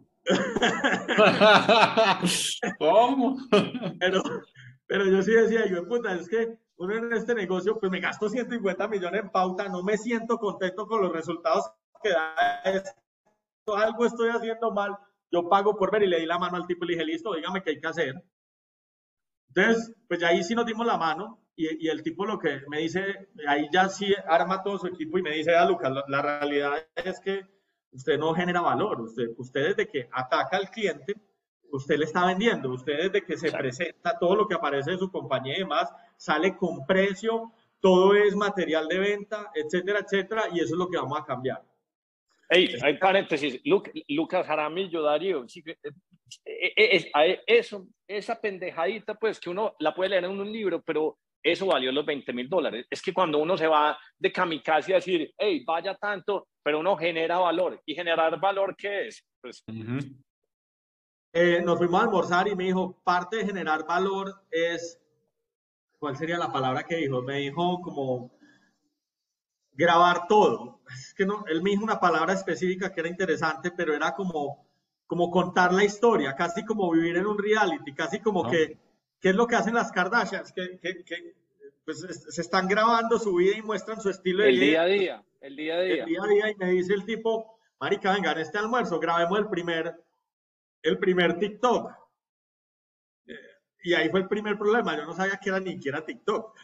¿Cómo? pero, pero yo sí decía, yo, puta, es que uno en este negocio, pues me gasto ciento cincuenta millones en pauta, no me siento contento con los resultados que da esto, algo estoy haciendo mal, yo pago por ver, y le di la mano al tipo y le dije, listo, dígame qué hay que hacer. Entonces, pues ya ahí sí nos dimos la mano, y, y el tipo lo que me dice, ahí ya sí arma todo su equipo y me dice, ah, Lucas, la, la realidad es que usted no genera valor, usted, usted desde que ataca al cliente, usted le está vendiendo, usted desde que se presenta, todo lo que aparece de su compañía y demás, sale con precio, todo es material de venta, etcétera, etcétera, y eso es lo que vamos a cambiar. Hey, hay paréntesis, Luc, Lucas Jaramillo, Darío, sí, es, es, eso, esa pendejadita, pues, que uno la puede leer en un libro, pero eso valió los veinte mil dólares. Es que cuando uno se va de kamikaze a decir, hey, vaya tanto, pero uno genera valor. ¿Y generar valor qué es? Pues... Uh-huh. eh, nos fuimos a almorzar y me dijo, parte de generar valor es, ¿cuál sería la palabra que dijo? Me dijo como grabar todo. Es que no, él me dijo una palabra específica que era interesante, pero era como, como contar la historia, casi como vivir en un reality, casi como ¿no? que, ¿qué es lo que hacen las Kardashians? Que, que, que pues, se están grabando su vida y muestran su estilo de el vida. El día a día, el día a día. El día a día, y me dice el tipo, marica, venga, en este almuerzo grabemos el primer, el primer TikTok. Y ahí fue el primer problema, yo no sabía que era ni siquiera TikTok.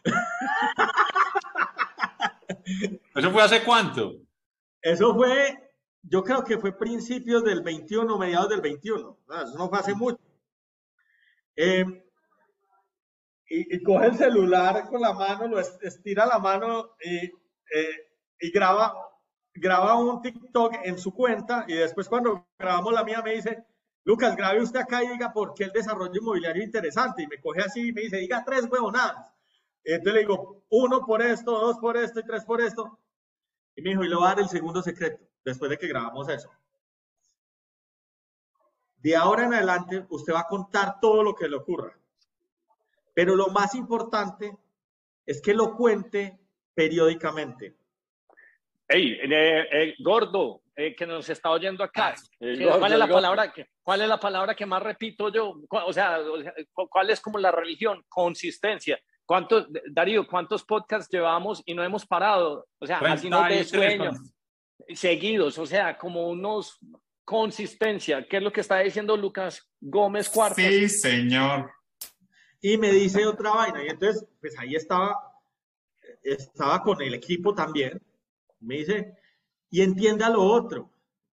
¿Eso fue hace cuánto? Eso fue, yo creo que fue principios del veintiuno, mediados del veintiuno. Eso no fue hace mucho. Eh, y, y coge el celular con la mano, lo estira la mano y, eh, y graba, graba un TikTok en su cuenta, y después cuando grabamos la mía me dice, Lucas, grabe usted acá y diga por qué el desarrollo inmobiliario es interesante. Y me coge así y me dice, diga tres huevonadas. Entonces le digo, uno por esto, dos por esto y tres por esto. Y me dijo, y le voy a dar el segundo secreto, después de que grabamos eso. De ahora en adelante, usted va a contar todo lo que le ocurra. Pero lo más importante es que lo cuente periódicamente. Hey, eh, eh, gordo, eh, que nos está oyendo acá. ¿Cuál, gordo, es la palabra que, ¿Cuál es la palabra que más repito yo? O sea, ¿cuál es como la religión? Consistencia. ¿Cuántos, Darío, cuántos podcasts llevamos y no hemos parado? O sea, así no de sueño, seguidos, o sea, como unos consistencia. ¿Qué es lo que está diciendo Lucas Gómez Cuartas? Sí, señor. Y me dice otra vaina, y entonces, pues ahí estaba, estaba con el equipo también. Me dice, y entienda lo otro.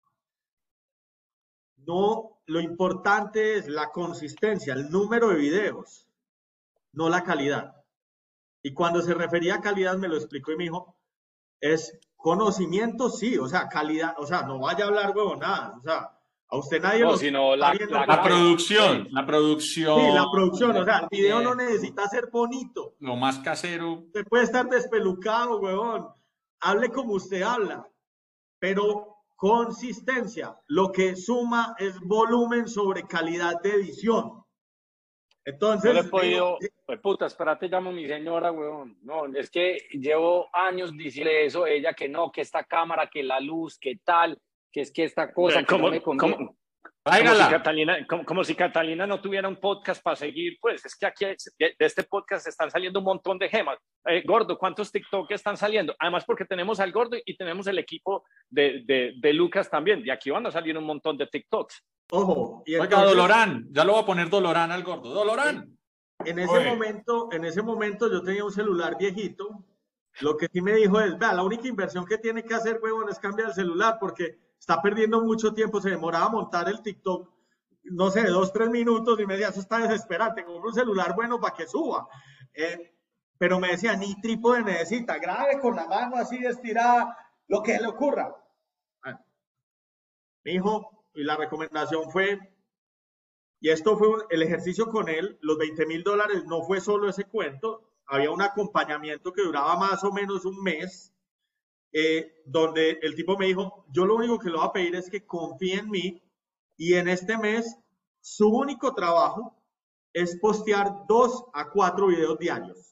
No, lo importante es la consistencia, el número de videos, no la calidad. Y cuando se refería a calidad me lo explicó y me dijo, es conocimiento, sí, o sea, calidad, o sea, no vaya a hablar huevonadas, o sea, a usted nadie no, lo sino la, la, la producción, la producción. Sí, la producción, o sea, el video no necesita ser bonito. Lo más casero. Usted puede estar despelucado, huevón, hable como usted habla, pero consistencia, lo que suma es volumen sobre calidad de edición. Entonces, no le he podido, pues puta, espérate, llamo a mi señora, weón. No, es que llevo años diciendo eso, ella que no, que esta cámara, que la luz, que tal, que es que esta cosa, ¿Cómo, que no me conviene. ¿cómo, como, si Catalina, como, como si Catalina no tuviera un podcast para seguir, pues es que aquí de este podcast están saliendo un montón de gemas. Eh, Gordo, ¿cuántos TikTok están saliendo? Además porque tenemos al Gordo y tenemos el equipo de, de, de Lucas también, de aquí van a salir un montón de TikToks. Ojo, y entonces, oiga, Dolorán, ya lo voy a poner Dolorán al Gordo. Dolorán. En ese Oye. momento, en ese momento yo tenía un celular viejito. Lo que sí me dijo es, vea, la única inversión que tiene que hacer, huevón, es cambiar el celular porque está perdiendo mucho tiempo. Se demoraba a montar el TikTok, no sé, dos, tres minutos y me decía, eso está desesperante. Compra un celular bueno para que suba. Eh, pero me decía, ni trípode necesita, grabe con la mano así estirada, lo que le ocurra. Bueno, mi hijo, y la recomendación fue, y esto fue un, el ejercicio con él, los veinte mil dólares no fue solo ese cuento, había un acompañamiento que duraba más o menos un mes, eh, donde el tipo me dijo, yo lo único que le voy a pedir es que confíe en mí, y en este mes, su único trabajo es postear dos a cuatro videos diarios.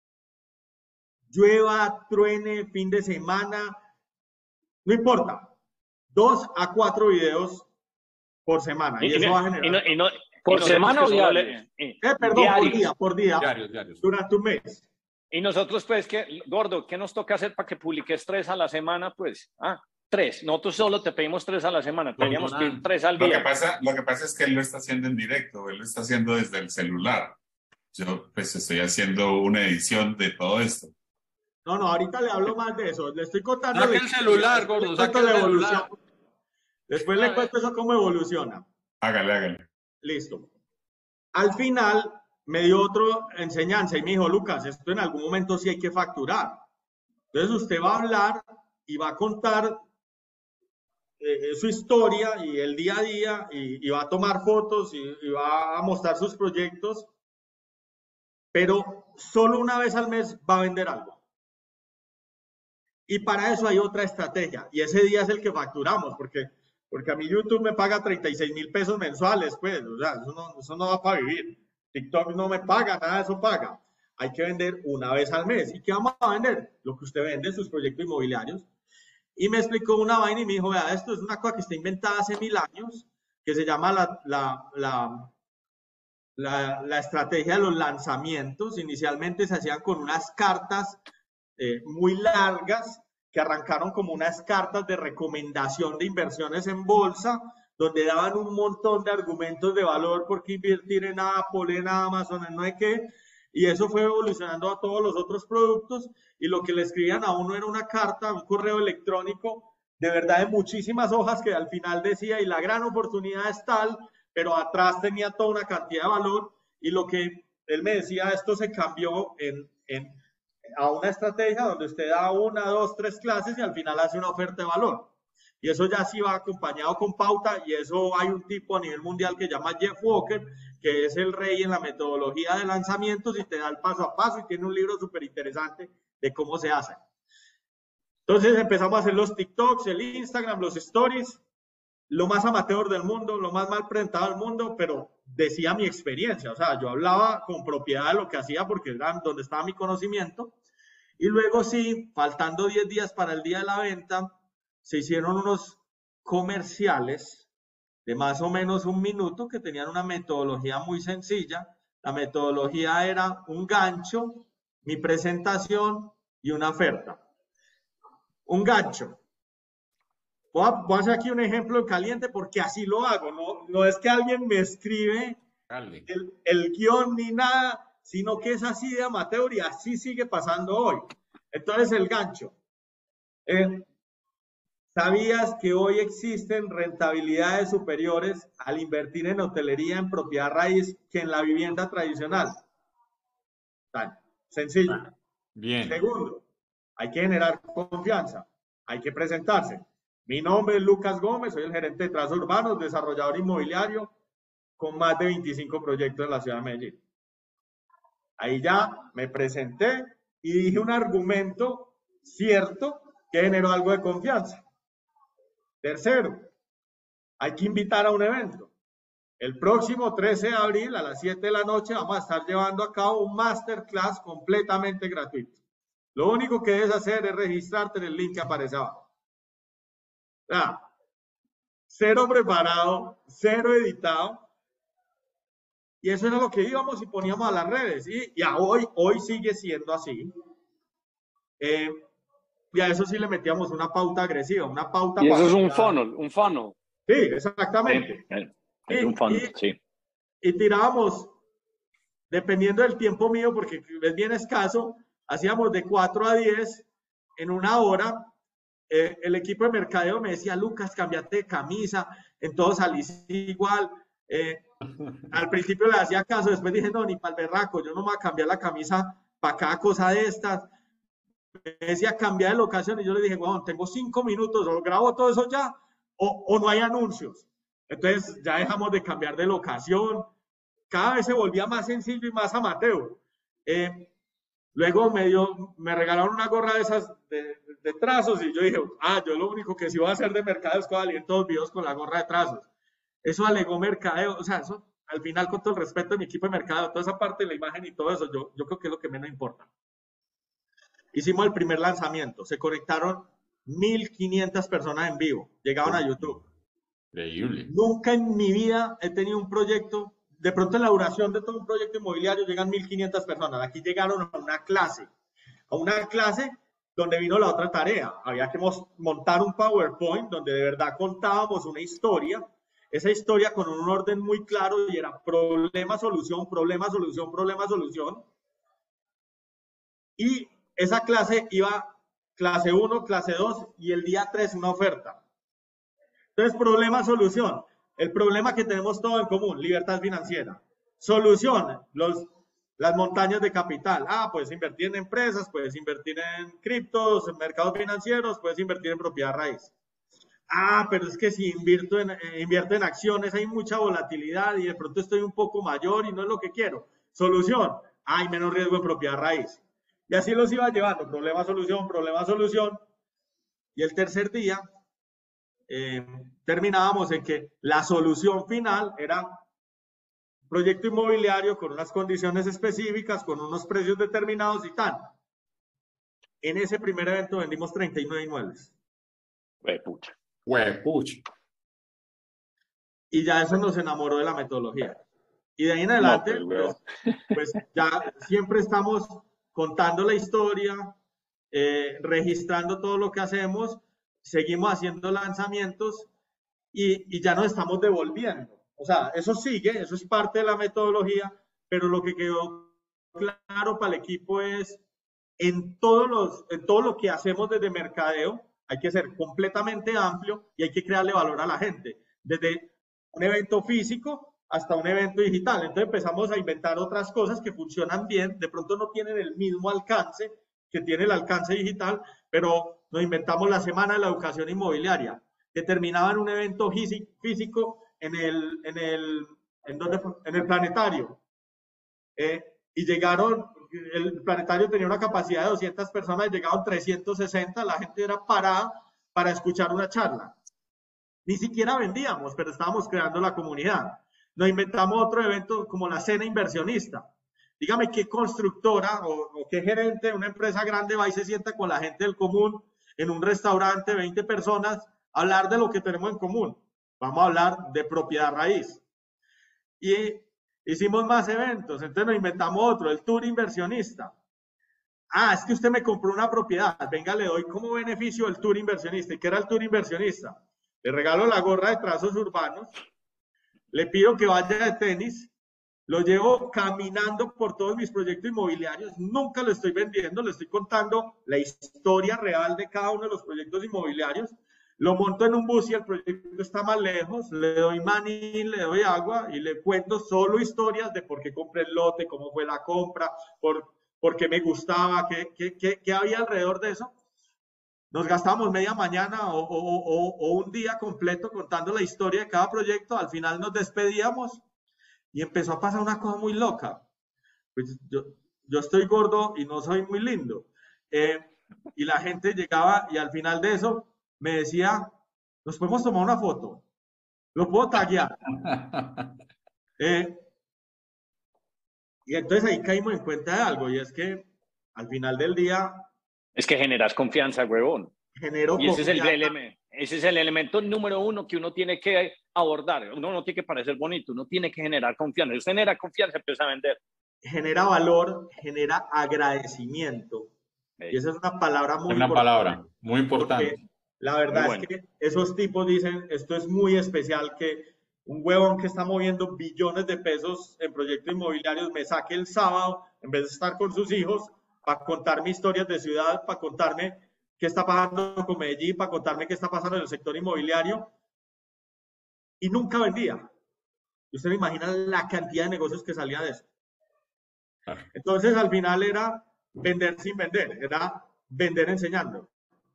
Llueva, truene, fin de semana, no importa. Dos a cuatro videos por semana. Y, y eso no, va a generar. Y no, y no, ¿Por semana o diario? Eh, perdón, diarios. por día, por día. Diarios, diarios. Durante un mes. Y nosotros, pues, ¿qué, Gordo, qué nos toca hacer para que publiques tres a la semana? Pues, ah, tres. Nosotros solo te pedimos tres a la semana. Teníamos que ir tres al día. Lo que, pasa, lo que pasa es que él lo está haciendo en directo. Él lo está haciendo desde el celular. Yo, pues, estoy haciendo una edición de todo esto. No, no, ahorita le hablo más de eso. Le estoy contando. Saca el celular, Gordo, saca el celular. Después le cuento eso cómo evoluciona. Hágale, hágale. Listo. Al final me dio otra enseñanza y me dijo, Lucas, esto en algún momento sí hay que facturar. Entonces usted va a hablar y va a contar eh, su historia y el día a día y, y va a tomar fotos y, y va a mostrar sus proyectos, pero solo una vez al mes va a vender algo. Y para eso hay otra estrategia y ese día es el que facturamos, porque, porque a mí YouTube me paga treinta y seis mil pesos mensuales, pues, o sea, eso no, eso no va para vivir. TikTok no me paga, nada de eso paga. Hay que vender una vez al mes. ¿Y qué vamos a vender? Lo que usted vende, sus proyectos inmobiliarios. Y me explicó una vaina y me dijo, vea, esto es una cosa que está inventada hace mil años, que se llama la, la, la, la, la estrategia de los lanzamientos. Inicialmente se hacían con unas cartas eh, muy largas, que arrancaron como unas cartas de recomendación de inversiones en bolsa, donde daban un montón de argumentos de valor por qué invertir en Apple, en Amazon, en no sé qué, y eso fue evolucionando a todos los otros productos, y lo que le escribían a uno era una carta, un correo electrónico, de verdad de muchísimas hojas, que al final decía, y la gran oportunidad es tal, pero atrás tenía toda una cantidad de valor, y lo que él me decía, esto se cambió en, en, a una estrategia donde usted da una, dos, tres clases, y al final hace una oferta de valor. Y eso ya sí va acompañado con pauta, y eso hay un tipo a nivel mundial que se llama Jeff Walker, que es el rey en la metodología de lanzamientos y te da el paso a paso y tiene un libro súper interesante de cómo se hace. Entonces empezamos a hacer los TikToks, el Instagram, los Stories, lo más amateur del mundo, lo más mal presentado del mundo, pero decía mi experiencia, o sea, yo hablaba con propiedad de lo que hacía porque era donde estaba mi conocimiento. Y luego sí, faltando diez días para el día de la venta, se hicieron unos comerciales de más o menos un minuto que tenían una metodología muy sencilla. La metodología era un gancho, mi presentación y una oferta. Un gancho. Voy a, voy a hacer aquí un ejemplo en caliente porque así lo hago. No, no es que alguien me escribe el, el guión ni nada, sino que es así de amateur y así sigue pasando hoy. Entonces el gancho. Eh, ¿Sabías que hoy existen rentabilidades superiores al invertir en hotelería en propiedad raíz que en la vivienda tradicional? Tan sencillo. Bien. Segundo, hay que generar confianza, hay que presentarse. Mi nombre es Lucas Gómez, soy el gerente de trazos urbanos, desarrollador inmobiliario con más de veinticinco proyectos en la ciudad de Medellín. Ahí ya me presenté y dije un argumento cierto que generó algo de confianza. Tercero, hay que invitar a un evento. El próximo trece de abril a las siete de la noche vamos a estar llevando a cabo un masterclass completamente gratuito. Lo único que debes hacer es registrarte en el link que aparece abajo. Ah, cero preparado, cero editado. Y eso era lo que íbamos y poníamos a las redes. Y, y a hoy, hoy sigue siendo así. Eh, Y a eso sí le metíamos una pauta agresiva, una pauta... Y eso es un funnel, un funnel. Sí, exactamente. Sí, es y, un funnel, y, sí. Y tirábamos, dependiendo del tiempo mío, porque es bien escaso, hacíamos de cuatro a diez en una hora. Eh, el equipo de mercadeo me decía, Lucas, cambiate de camisa, en todo salís igual. Eh, al principio le hacía caso, después dije, no, ni pa'l berraco, yo no me voy a cambiar la camisa para cada cosa de estas. Me decía cambiar de locación y yo le dije, bueno, tengo cinco minutos, o grabo todo eso ya, o, o no hay anuncios. Entonces ya dejamos de cambiar de locación. Cada vez se volvía más sencillo y más amateur. Eh, luego me, dio, me regalaron una gorra de esas de, de trazos y yo dije, ah, yo lo único que sí voy a hacer de mercadeo es que voy a salir en todos los videos con la gorra de trazos. Eso alegó mercadeo, o sea, eso al final con todo el respeto de mi equipo de mercadeo, toda esa parte de la imagen y todo eso, yo, yo creo que es lo que menos importa. Hicimos el primer lanzamiento, se conectaron mil quinientas personas en vivo, llegaron a YouTube. Increíble. Nunca en mi vida he tenido un proyecto, de pronto en la duración de todo un proyecto inmobiliario llegan mil quinientas personas. Aquí llegaron a una clase, a una clase donde vino la otra tarea. Había que montar un PowerPoint donde de verdad contábamos una historia, esa historia con un orden muy claro y era problema, solución, problema, solución, problema, solución. Y esa clase iba clase uno, clase dos y el día tres una oferta. Entonces, problema, solución. El problema que tenemos todo en común, libertad financiera. Solución, los, las montañas de capital. Ah, puedes invertir en empresas, puedes invertir en criptos, en mercados financieros, puedes invertir en propiedad raíz. Ah, pero es que si invierto en, eh, invierto en acciones hay mucha volatilidad y de pronto estoy un poco mayor y no es lo que quiero. Solución, hay menos riesgo en propiedad raíz. Y así los iba llevando, problema, solución, problema, solución. Y el tercer día eh, terminábamos en que la solución final era proyecto inmobiliario con unas condiciones específicas, con unos precios determinados y tal. En ese primer evento vendimos treinta y nueve inmuebles. Huepucha. Huepucha. Y ya eso nos enamoró de la metodología. Y de ahí en adelante, No, pues, pues, pues ya siempre estamos contando la historia, eh, registrando todo lo que hacemos, seguimos haciendo lanzamientos y, y ya nos estamos devolviendo. O sea, eso sigue, eso es parte de la metodología, pero lo que quedó claro para el equipo es en, todos los, en todo lo que hacemos desde mercadeo, hay que ser completamente amplio y hay que crearle valor a la gente, desde un evento físico hasta un evento digital. Entonces empezamos a inventar otras cosas que funcionan bien, de pronto no tienen el mismo alcance que tiene el alcance digital, pero nos inventamos la Semana de la Educación Inmobiliaria, que terminaba en un evento físico en el, en el, ¿en dónde fue? En el planetario. Eh, y llegaron, el planetario tenía una capacidad de doscientas personas, llegaron trescientas sesenta, la gente era parada para escuchar una charla. Ni siquiera vendíamos, pero estábamos creando la comunidad. Nos inventamos otro evento como la cena inversionista. Dígame qué constructora o, o qué gerente de una empresa grande va y se sienta con la gente del común en un restaurante, veinte personas, a hablar de lo que tenemos en común. Vamos a hablar de propiedad raíz. Y hicimos más eventos, entonces nos inventamos otro, el tour inversionista. Ah, es que usted me compró una propiedad, venga, le doy como beneficio el tour inversionista. ¿Y qué era el tour inversionista? Le regalo la gorra de trazos urbanos, le pido que vaya de tenis, lo llevo caminando por todos mis proyectos inmobiliarios, nunca lo estoy vendiendo, le estoy contando la historia real de cada uno de los proyectos inmobiliarios, lo monto en un bus y el proyecto está más lejos, le doy maní, le doy agua y le cuento solo historias de por qué compré el lote, cómo fue la compra, por, por qué me gustaba, qué, qué, qué, qué había alrededor de eso. Nos gastamos media mañana o, o, o, o un día completo contando la historia de cada proyecto, al final nos despedíamos y empezó a pasar una cosa muy loca. Pues yo, yo estoy gordo y no soy muy lindo. Eh, y la gente llegaba y al final de eso me decía, nos podemos tomar una foto, lo puedo taguear. Eh, y entonces ahí caímos en cuenta de algo, y es que al final del día... Es que generas confianza, huevón. Genero y ese confianza. es, el elemento, ese es el elemento número uno que uno tiene que abordar. Uno no tiene que parecer bonito, uno tiene que generar confianza. Si usted genera confianza, empieza a vender. Genera valor, genera agradecimiento. Sí. Y esa es una palabra muy una importante. Una palabra muy importante. La verdad bueno. es que esos tipos dicen, esto es muy especial, que un huevón que está moviendo billones de pesos en proyectos inmobiliarios me saque el sábado, en vez de estar con sus hijos, para contarme historias de ciudad, para contarme qué está pasando con Medellín, para contarme qué está pasando en el sector inmobiliario. Y nunca vendía. Y usted me imagina la cantidad de negocios que salía de eso. Entonces, al final era vender sin vender, era vender enseñando.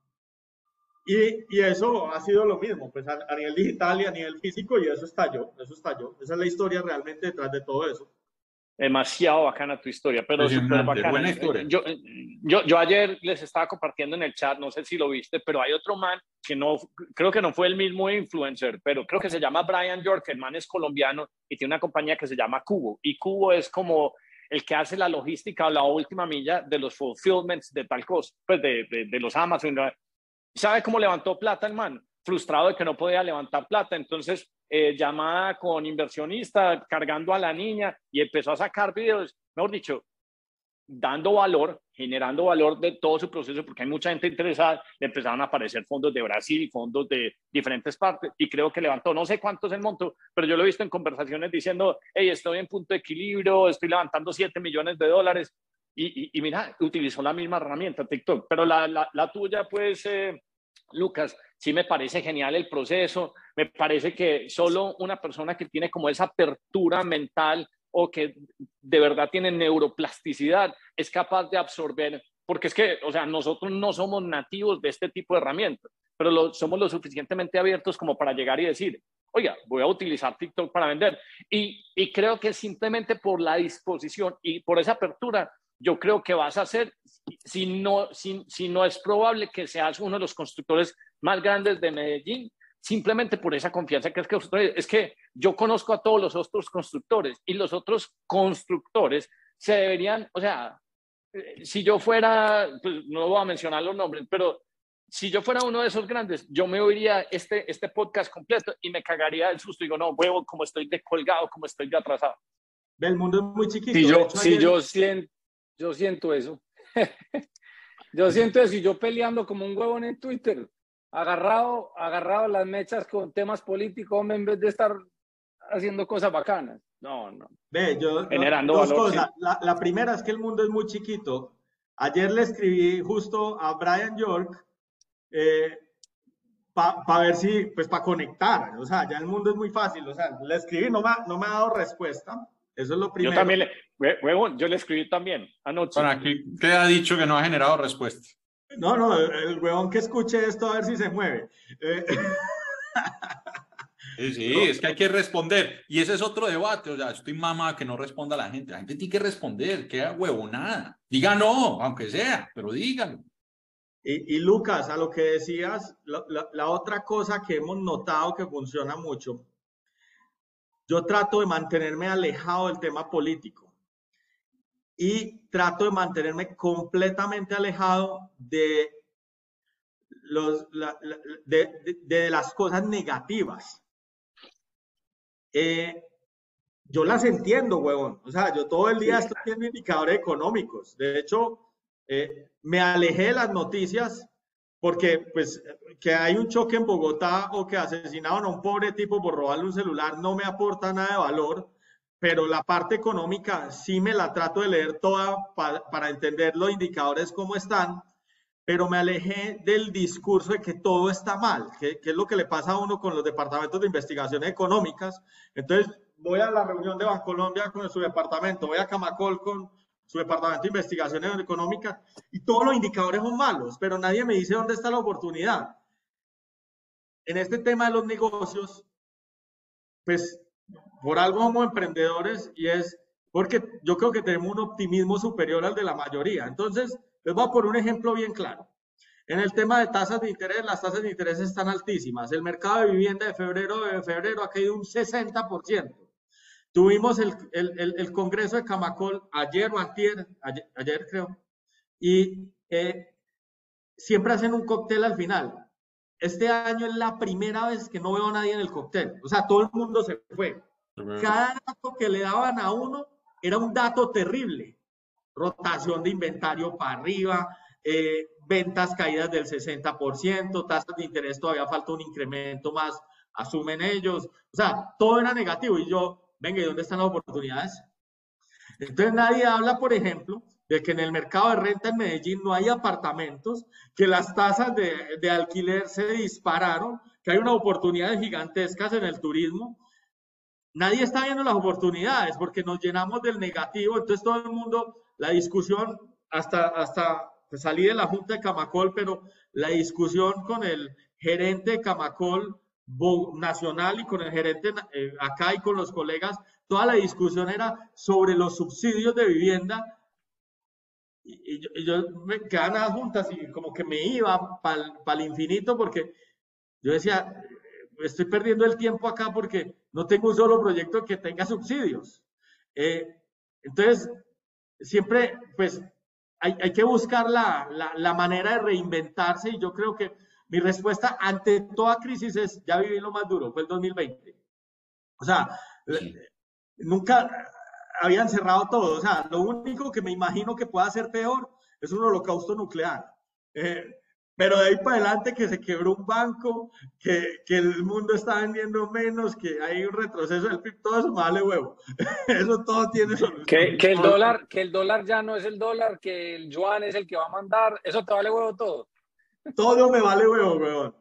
Y, y eso ha sido lo mismo, pues a, a nivel digital y a nivel físico, y eso estalló, eso estalló. Esa es la historia realmente detrás de todo eso. Demasiado bacana tu historia, pero súper bacana. Buena historia. Yo, yo, yo ayer les estaba compartiendo en el chat, no sé si lo viste, pero hay otro man que no, creo que no fue el mismo influencer, pero creo que se llama Brian York, el man es colombiano y tiene una compañía que se llama Cubo. Y Cubo es como el que hace la logística o la última milla de los fulfillments de tal cosa, pues de, de, de los Amazon. ¿Sabe cómo levantó plata el man? Frustrado de que no podía levantar plata, entonces eh, llamada con inversionista, cargando a la niña y empezó a sacar videos, mejor dicho, dando valor, generando valor de todo su proceso, porque hay mucha gente interesada. Le empezaron a aparecer fondos de Brasil y fondos de diferentes partes, y creo que levantó, no sé cuánto es el monto, pero yo lo he visto en conversaciones diciendo, hey, estoy en punto de equilibrio, estoy levantando siete millones de dólares, y, y, y mira, utilizó la misma herramienta, TikTok, pero la, la, la tuya, pues, eh, Lucas, sí me parece genial el proceso, me parece que solo una persona que tiene como esa apertura mental o que de verdad tiene neuroplasticidad es capaz de absorber, porque es que, o sea, nosotros no somos nativos de este tipo de herramientas, pero lo, somos lo suficientemente abiertos como para llegar y decir, oiga, voy a utilizar TikTok para vender. Y, y creo que simplemente por la disposición y por esa apertura, yo creo que vas a ser, si no, si, si no es probable que seas uno de los constructores más grandes de Medellín, simplemente por esa confianza que es que es que yo conozco a todos los otros constructores y los otros constructores se deberían, o sea, si yo fuera, pues no voy a mencionar los nombres, pero si yo fuera uno de esos grandes, yo me oiría este, este podcast completo y me cagaría del susto. Digo, no, huevo, como estoy de colgado, como estoy de atrasado. El mundo es muy chiquito. Si yo, hecho, si ayer... yo, siento, yo siento eso. Yo siento eso y yo peleando como un huevón en Twitter. Agarrado, agarrado las mechas con temas políticos en vez de estar haciendo cosas bacanas. No, no. Ve, yo, generando dos valor, cosas. sí. La, la primera es que el mundo es muy chiquito. Ayer le escribí justo a Brian York eh, para pa ver si, pues para conectar. O sea, ya el mundo es muy fácil. O sea, le escribí, no me, no me ha dado respuesta. Eso es lo primero. Yo también, le, huevón, yo le escribí también anoche. Bueno, aquí queda dicho que no ha generado respuesta. No, no, el, el huevón que escuche esto a ver si se mueve. Eh, Sí, sí, no, es que hay que responder. Y ese es otro debate. O sea, estoy mamá que no responda a la gente. La gente tiene que responder, que huevonada. Diga no, aunque sea, pero dígalo. Y, y Lucas, a lo que decías, la, la, la otra cosa que hemos notado que funciona mucho, yo trato de mantenerme alejado del tema político. Y trato de mantenerme completamente alejado de, los, la, la, de, de, de las cosas negativas. Eh, yo las entiendo, huevón. O sea, yo todo el día estoy viendo indicadores económicos. De hecho, eh, me alejé de las noticias porque, pues, que hay un choque en Bogotá o que asesinaron a un pobre tipo por robarle un celular no me aporta nada de valor. Pero la parte económica sí me la trato de leer toda para, para entender los indicadores cómo están, pero me alejé del discurso de que todo está mal, que, que es lo que le pasa a uno con los departamentos de investigaciones económicas. Entonces voy a la reunión de Bancolombia con su departamento, voy a Camacol con su departamento de investigaciones económicas y todos los indicadores son malos, pero nadie me dice dónde está la oportunidad. En este tema de los negocios, pues por algo somos emprendedores y es porque yo creo que tenemos un optimismo superior al de la mayoría. Entonces, les voy a poner un ejemplo bien claro. En el tema de tasas de interés, las tasas de interés están altísimas. El mercado de vivienda de febrero, de febrero ha caído un sesenta por ciento. Tuvimos el, el, el, el congreso de Camacol ayer o antier, ayer, ayer creo, y eh, siempre hacen un cóctel al final. Este año es la primera vez que no veo a nadie en el cóctel. O sea, todo el mundo se fue. Cada dato que le daban a uno era un dato terrible. Rotación de inventario para arriba, eh, ventas caídas del sesenta por ciento, tasas de interés todavía falta un incremento más, asumen ellos. O sea, todo era negativo. Y yo, venga, ¿y dónde están las oportunidades? Entonces nadie habla, por ejemplo, de que en el mercado de renta en Medellín no hay apartamentos, que las tasas de, de alquiler se dispararon, que hay unas oportunidades gigantescas en el turismo. Nadie está viendo las oportunidades porque nos llenamos del negativo. Entonces todo el mundo, la discusión hasta, hasta pues, salí de la junta de Camacol, pero la discusión con el gerente de Camacol nacional y con el gerente eh, acá y con los colegas, toda la discusión era sobre los subsidios de vivienda y, y, yo, y yo me quedaba en las juntas y como que me iba para el infinito porque yo decía, estoy perdiendo el tiempo acá porque no tengo un solo proyecto que tenga subsidios. Eh, entonces, siempre, pues, hay, hay que buscar la, la, la manera de reinventarse y yo creo que mi respuesta ante toda crisis es, ya viví lo más duro, fue el dos mil veinte. O sea, sí. Nunca habían cerrado todo. O sea, lo único que me imagino que pueda ser peor es un holocausto nuclear. Eh, pero de ahí para adelante que se quebró un banco, que, que el mundo está vendiendo menos, que hay un retroceso del P I B, todo eso me vale huevo. Eso todo tiene solución. Que, que, el dólar, que el dólar ya no es el dólar, que el yuan es el que va a mandar, eso te vale huevo todo. Todo me vale huevo, huevón.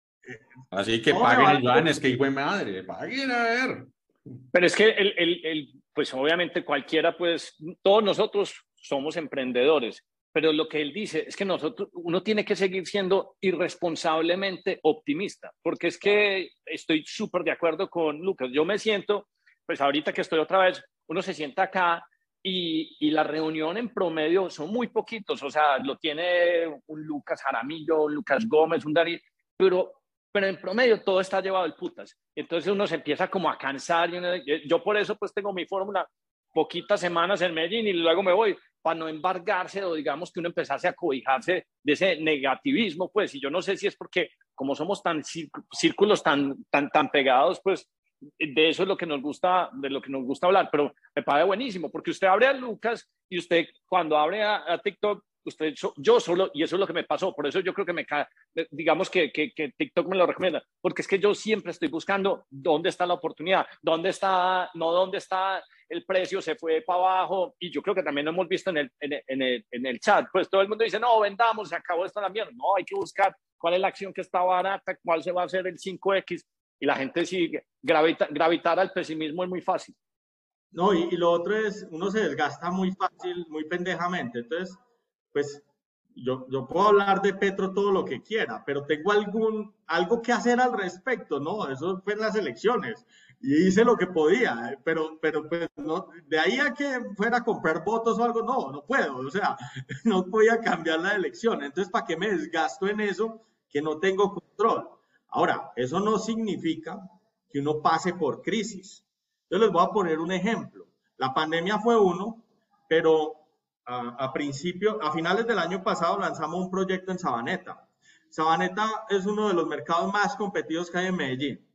Así que todo paguen el yuan, es que hijo de madre, paguen a ver. Pero es que el, el, el, pues obviamente cualquiera, pues todos nosotros somos emprendedores, pero lo que él dice es que nosotros, uno tiene que seguir siendo irresponsablemente optimista, porque es que estoy súper de acuerdo con Lucas. Yo me siento, pues ahorita que estoy otra vez, uno se sienta acá y, y la reunión en promedio son muy poquitos, o sea, lo tiene un Lucas Jaramillo, un Lucas Gómez, un Darío, pero... pero en promedio todo está llevado al putas. Entonces uno se empieza como a cansar. Y uno, yo por eso pues tengo mi fórmula, poquitas semanas en Medellín y luego me voy, para no embargarse o digamos que uno empezase a cobijarse de ese negativismo, pues, y yo no sé si es porque como somos tan círculos tan, tan, tan pegados, pues, de eso es lo que nos gusta, de lo que nos gusta hablar, pero me parece buenísimo, porque usted abre a Lucas y usted cuando abre a, a TikTok, usted, yo solo, y eso es lo que me pasó, por eso yo creo que me cae, digamos que, que, que TikTok me lo recomienda, porque es que yo siempre estoy buscando dónde está la oportunidad, dónde está, no dónde está el precio, se fue para abajo, y yo creo que también lo hemos visto en el, en el, en el, en el chat, pues todo el mundo dice, no, vendamos, se acabó esto la mierda, no, hay que buscar cuál es la acción que está barata, cuál se va a hacer el cinco equis, y la gente sigue, gravita, gravitar al pesimismo es muy fácil. No, y, y lo otro es, uno se desgasta muy fácil, muy pendejamente, entonces, pues yo, yo puedo hablar de Petro todo lo que quiera, pero tengo algún, algo que hacer al respecto, ¿no? Eso fue en las elecciones y hice lo que podía, pero, pero pues no, de ahí a que fuera a comprar votos o algo, no, no puedo, o sea, no podía cambiar la elección, entonces ¿para qué me desgasto en eso que no tengo control? Ahora, eso no significa que uno pase por crisis. Yo les voy a poner un ejemplo. La pandemia fue uno, pero a, a principio, a finales del año pasado lanzamos un proyecto en Sabaneta. Sabaneta es uno de los mercados más competidos que hay en Medellín.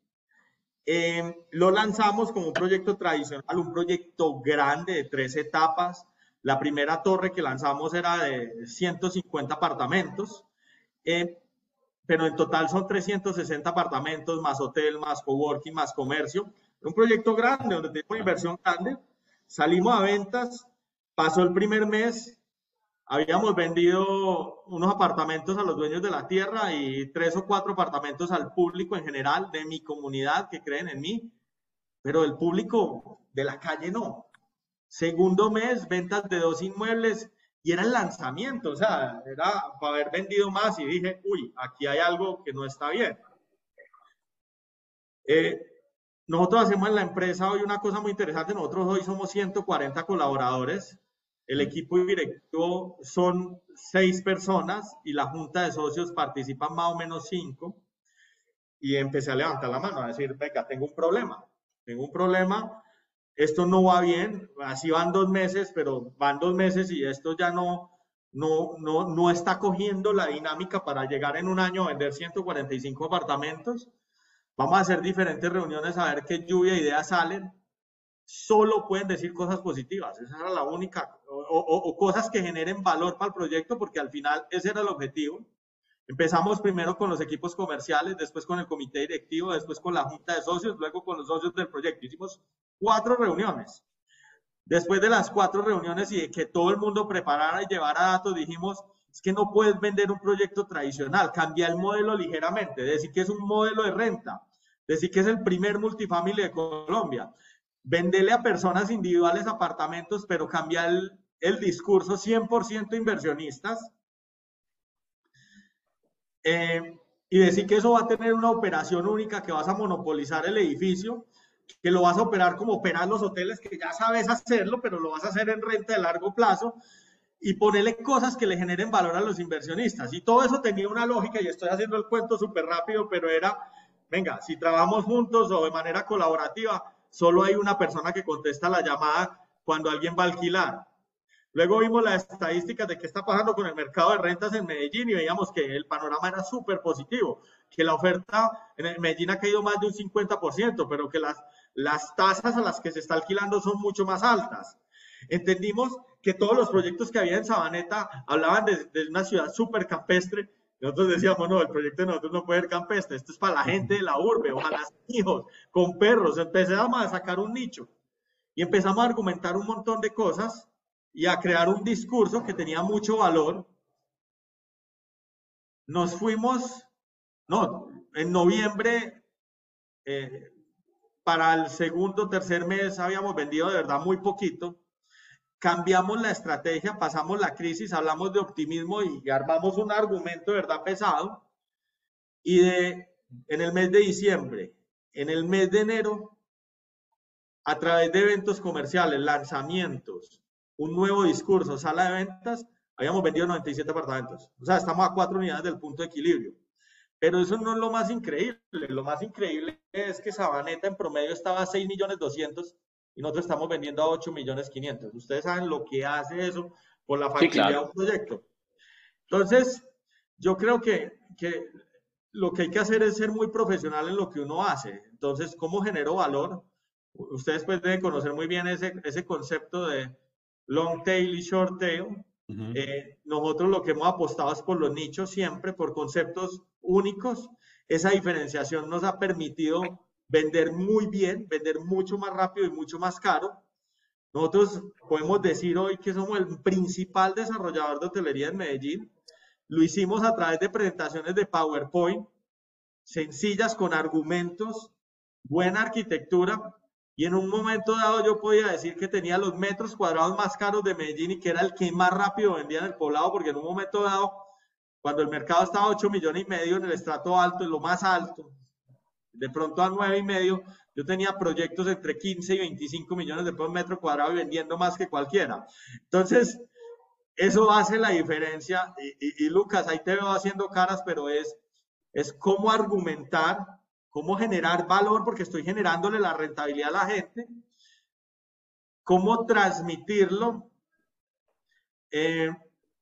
Eh, lo lanzamos como un proyecto tradicional, un proyecto grande de tres etapas. La primera torre que lanzamos era de ciento cincuenta apartamentos. Eh, pero en total son trescientos sesenta apartamentos, más hotel, más coworking, más comercio. Un proyecto grande, donde tenemos inversión grande. Salimos a ventas, pasó el primer mes, habíamos vendido unos apartamentos a los dueños de la tierra y tres o cuatro apartamentos al público en general de mi comunidad que creen en mí, pero el público de la calle no. Segundo mes, ventas de dos inmuebles, y era el lanzamiento, o sea, era para haber vendido más y dije, uy, aquí hay algo que no está bien. Eh, nosotros hacemos en la empresa hoy una cosa muy interesante, nosotros hoy somos ciento cuarenta colaboradores, el equipo directivo son seis personas y la junta de socios participan más o menos cinco, y empecé a levantar la mano, a decir, venga, tengo un problema, tengo un problema, esto no va bien, así van dos meses, pero van dos meses y esto ya no, no, no, no está cogiendo la dinámica para llegar en un año a vender ciento cuarenta y cinco apartamentos. Vamos a hacer diferentes reuniones a ver qué lluvia de ideas salen. Solo pueden decir cosas positivas, esa era la única, o, o, o cosas que generen valor para el proyecto, porque al final ese era el objetivo. Empezamos primero con los equipos comerciales, después con el comité directivo, después con la junta de socios, luego con los socios del proyecto. Hicimos cuatro reuniones. Después de las cuatro reuniones y de que todo el mundo preparara y llevara datos, dijimos, es que no puedes vender un proyecto tradicional, cambia el modelo ligeramente, decir que es un modelo de renta, decir que es el primer multifamily de Colombia, venderle a personas individuales apartamentos, pero cambia el, el discurso cien por ciento inversionistas eh, y decir que eso va a tener una operación única, que vas a monopolizar el edificio, que lo vas a operar como operan los hoteles, que ya sabes hacerlo, pero lo vas a hacer en renta de largo plazo, y ponerle cosas que le generen valor a los inversionistas. Y todo eso tenía una lógica, y estoy haciendo el cuento súper rápido, pero era, venga, si trabajamos juntos o de manera colaborativa, solo hay una persona que contesta la llamada cuando alguien va a alquilar. Luego vimos las estadísticas de qué está pasando con el mercado de rentas en Medellín y veíamos que el panorama era súper positivo, que la oferta en Medellín ha caído más de un cincuenta por ciento, pero que las, las tasas a las que se está alquilando son mucho más altas. Entendimos que todos los proyectos que había en Sabaneta hablaban de, de una ciudad súper campestre. Nosotros decíamos, no, el proyecto de nosotros no puede ser campestre, esto es para la gente de la urbe, ojalá hijos, con perros. Empezamos a sacar un nicho y empezamos a argumentar un montón de cosas y a crear un discurso que tenía mucho valor. Nos fuimos, no, en noviembre, eh, para el segundo o tercer mes habíamos vendido de verdad muy poquito. Cambiamos la estrategia, pasamos la crisis, hablamos de optimismo y armamos un argumento de verdad pesado. Y de, en el mes de diciembre, en el mes de enero, a través de eventos comerciales, lanzamientos, un nuevo discurso, sala de ventas, habíamos vendido noventa y siete apartamentos. O sea, estamos a cuatro unidades del punto de equilibrio. Pero eso no es lo más increíble. Lo más increíble es que Sabaneta en promedio estaba a seis millones doscientos y nosotros estamos vendiendo a ocho millones quinientos. Ustedes saben lo que hace eso por la factibilidad sí, claro. de un proyecto. Entonces, yo creo que, que lo que hay que hacer es ser muy profesional en lo que uno hace. Entonces, ¿cómo genero valor? Ustedes pues deben conocer muy bien ese, ese concepto de long tail y short tail. Uh-huh. eh, nosotros lo que hemos apostado es por los nichos siempre, por conceptos únicos. Esa diferenciación nos ha permitido vender muy bien, vender mucho más rápido y mucho más caro. Nosotros podemos decir hoy que somos el principal desarrollador de hotelería en Medellín. Lo hicimos a través de presentaciones de PowerPoint, sencillas, con argumentos, buena arquitectura, y en un momento dado yo podía decir que tenía los metros cuadrados más caros de Medellín y que era el que más rápido vendía en el poblado, porque en un momento dado, cuando el mercado estaba a ocho millones y medio en el estrato alto, en lo más alto, de pronto a nueve y medio, yo tenía proyectos entre quince y veinticinco millones de pesos metro cuadrado y vendiendo más que cualquiera. Entonces, eso hace la diferencia. Y, y, y Lucas, ahí te veo haciendo caras, pero es, es cómo argumentar, cómo generar valor, porque estoy generándole la rentabilidad a la gente, cómo transmitirlo. Eh,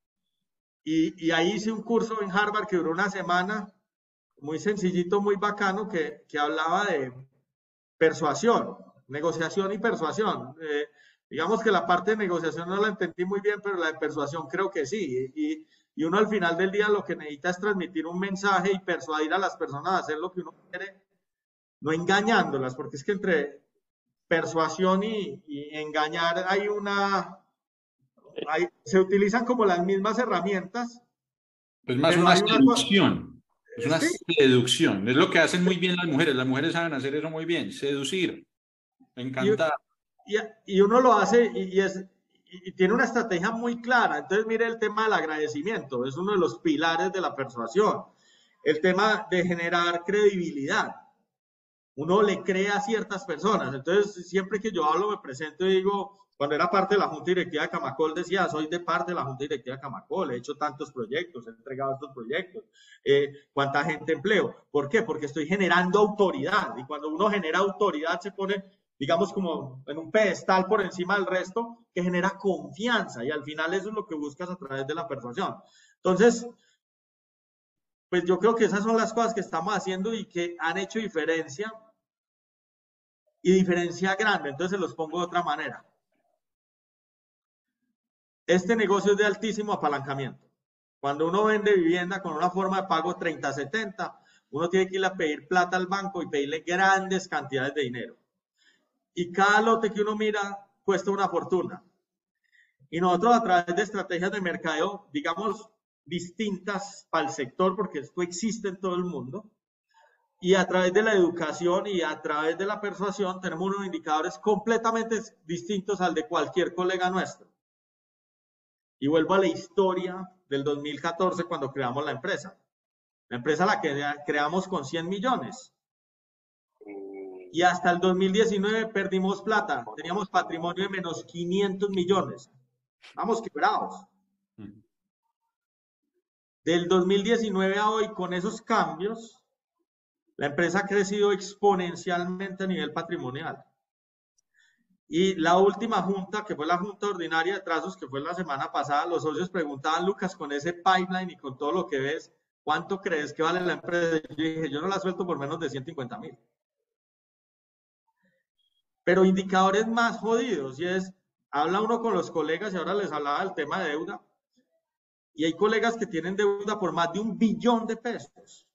y, y ahí hice un curso en Harvard que duró una semana, muy sencillito, muy bacano, que, que hablaba de persuasión, negociación y persuasión. Eh, digamos que la parte de negociación no la entendí muy bien, pero la de persuasión creo que sí. Y, y uno al final del día lo que necesita es transmitir un mensaje y persuadir a las personas a hacer lo que uno quiere, no engañándolas, porque es que entre persuasión y, y engañar hay una... Hay, se utilizan como las mismas herramientas. Es más una seducción. Es una sí. seducción, es lo que hacen muy bien las mujeres, las mujeres saben hacer eso muy bien, seducir, encantar. Y, y, y uno lo hace y, y, es, y tiene una estrategia muy clara. Entonces mire el tema del agradecimiento, es uno de los pilares de la persuasión. El tema de generar credibilidad, uno le cree a ciertas personas. Entonces siempre que yo hablo me presento y digo, cuando era parte de la Junta Directiva de Camacol, decía, soy de parte de la Junta Directiva de Camacol, he hecho tantos proyectos, he entregado estos proyectos, eh, cuánta gente empleo. ¿Por qué? Porque estoy generando autoridad, y cuando uno genera autoridad se pone, digamos, como en un pedestal por encima del resto, que genera confianza, y al final eso es lo que buscas a través de la persuasión. Entonces, pues yo creo que esas son las cosas que estamos haciendo y que han hecho diferencia, y diferencia grande. Entonces se los pongo de otra manera. Este negocio es de altísimo apalancamiento. Cuando uno vende vivienda con una forma de pago treinta setenta, uno tiene que ir a pedir plata al banco y pedirle grandes cantidades de dinero. Y cada lote que uno mira cuesta una fortuna. Y nosotros a través de estrategias de mercadeo, digamos, distintas para el sector, porque esto existe en todo el mundo, y a través de la educación y a través de la persuasión, tenemos unos indicadores completamente distintos al de cualquier colega nuestro. Y vuelvo a la historia del dos mil catorce cuando creamos la empresa. La empresa la que creamos con cien millones. Y hasta el dos mil diecinueve perdimos plata. Teníamos patrimonio de menos quinientos millones. Vamos quebrados. Del dos mil diecinueve a hoy, con esos cambios, la empresa ha crecido exponencialmente a nivel patrimonial. Y la última junta, que fue la junta ordinaria de trazos, que fue la semana pasada, los socios preguntaban, Lucas, con ese pipeline y con todo lo que ves, ¿cuánto crees que vale la empresa? Yo dije, yo no la suelto por menos de ciento cincuenta mil. Pero indicadores más jodidos, y es, habla uno con los colegas, y ahora les hablaba del tema de deuda, y hay colegas que tienen deuda por más de un billón de pesos.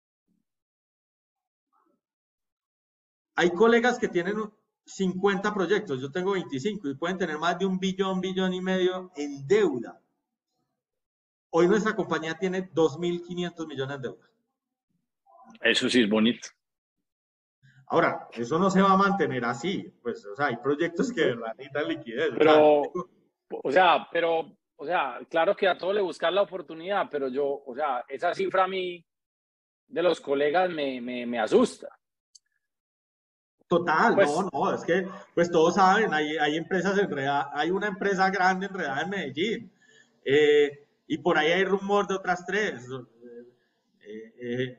Hay colegas que tienen cincuenta proyectos, yo tengo veinticinco, y pueden tener más de un billón, billón y medio en deuda. Hoy nuestra compañía tiene dos mil quinientos millones de deuda. Eso sí es bonito. Ahora, eso no se va a mantener así, pues, o sea, hay proyectos que de verdad necesitan liquidez. Pero, o sea, pero, o sea, claro que a todos le buscar la oportunidad, pero yo, o sea, esa cifra a mí de los colegas me, me, me asusta. Total, Pues- no, no, es que, pues todos saben, hay, hay empresas enredadas, hay una empresa grande enredada en Medellín, eh, y por ahí hay rumor de otras tres. Eh, eh,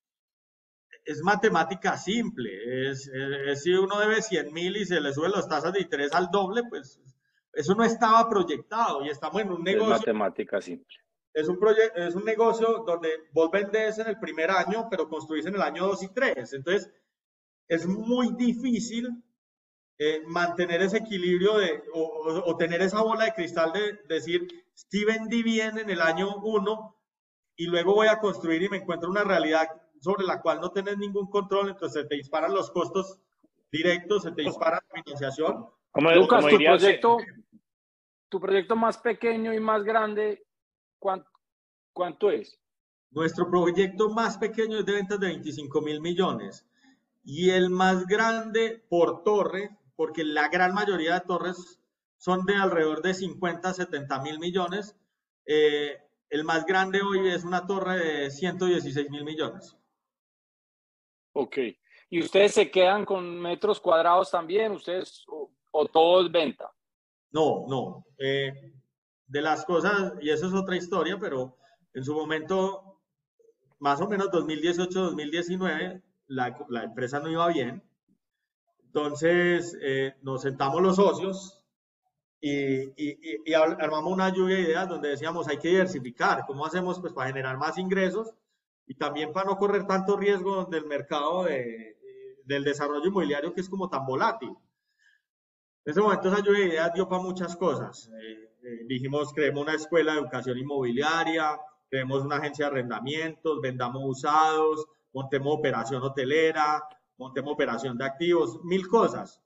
es matemática simple, es, es si uno debe cien mil y se le suben las tasas de interés al doble, pues eso no estaba proyectado y estamos en un Es negocio, matemática simple. es un, proye- es un negocio donde vos vendés en el primer año, pero construís en el año dos y tres, entonces es muy difícil eh, mantener ese equilibrio de, o, o, o tener esa bola de cristal de, de decir, si vendí bien en el año uno y luego voy a construir y me encuentro una realidad sobre la cual no tenés ningún control, entonces se te disparan los costos directos, se te dispara la financiación. Como, Lucas, como tu diría- proyecto, tu proyecto más pequeño y más grande, ¿cuánto, cuánto es? Nuestro proyecto más pequeño es de ventas de veinticinco mil millones y el más grande por torre, porque la gran mayoría de torres son de alrededor de cincuenta, setenta mil millones. Eh, el más grande hoy es una torre de ciento dieciséis mil millones. Ok. ¿Y ustedes se quedan con metros cuadrados también? ¿Ustedes o, o todo es venta? No, no. Eh, de las cosas, y eso es otra historia, pero en su momento, más o menos dos mil dieciocho, dos mil diecinueve, la, la empresa no iba bien. Entonces, eh, nos sentamos los socios y, y, y, y armamos una lluvia de ideas donde decíamos, hay que diversificar. ¿Cómo hacemos? Pues para generar más ingresos y también para no correr tanto riesgo del mercado de, del desarrollo inmobiliario que es como tan volátil. En ese momento esa lluvia de ideas dio para muchas cosas. Eh, eh, dijimos, creemos una escuela de educación inmobiliaria, creemos una agencia de arrendamientos, vendamos usados, montemos operación hotelera, montemos operación de activos, mil cosas.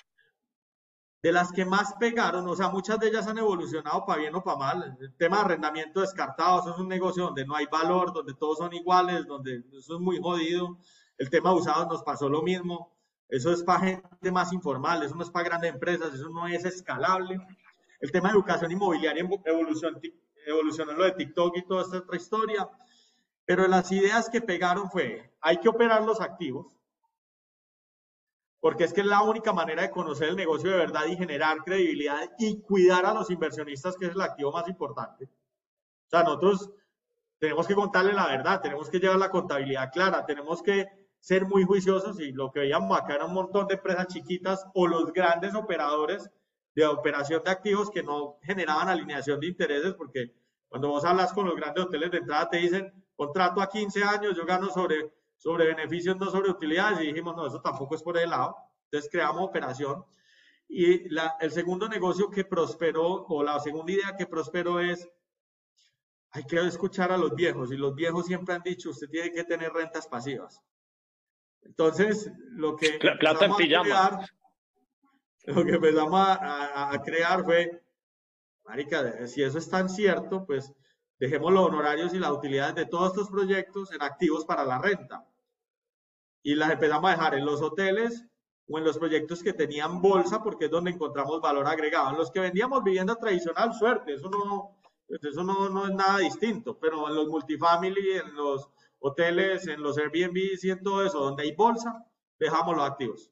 De las que más pegaron, o sea, muchas de ellas han evolucionado para bien o para mal. El tema de arrendamiento descartado, eso es un negocio donde no hay valor, donde todos son iguales, donde eso es muy jodido. El tema de usados nos pasó lo mismo. Eso es para gente más informal, eso no es para grandes empresas, eso no es escalable. El tema de educación inmobiliaria evolucionó, evolucionó en lo de TikTok y toda esta otra historia. Pero las ideas que pegaron fue, hay que operar los activos, porque es que es la única manera de conocer el negocio de verdad y generar credibilidad y cuidar a los inversionistas, que es el activo más importante. O sea, nosotros tenemos que contarle la verdad, tenemos que llevar la contabilidad clara, tenemos que ser muy juiciosos y lo que veíamos acá era un montón de empresas chiquitas o los grandes operadores de operación de activos que no generaban alineación de intereses, porque cuando vos hablas con los grandes hoteles de entrada te dicen, contrato a quince años, yo gano sobre... sobre beneficios, no sobre utilidades, y dijimos, no, eso tampoco es por el lado. Entonces creamos operación. Y la, el segundo negocio que prosperó, o la segunda idea que prosperó es, hay que escuchar a los viejos, y los viejos siempre han dicho, usted tiene que tener rentas pasivas. Entonces, lo que Plata en pijama. Crear, lo que empezamos a, a, a crear fue, marica, si eso es tan cierto, pues dejemos los honorarios y las utilidades de todos estos proyectos en activos para la renta. Y las empezamos a dejar en los hoteles o en los proyectos que tenían bolsa, porque es donde encontramos valor agregado. En los que vendíamos vivienda tradicional, suerte, eso no, eso no, no es nada distinto, pero en los multifamily, en los hoteles, en los Airbnb y en todo eso, donde hay bolsa, dejamos los activos.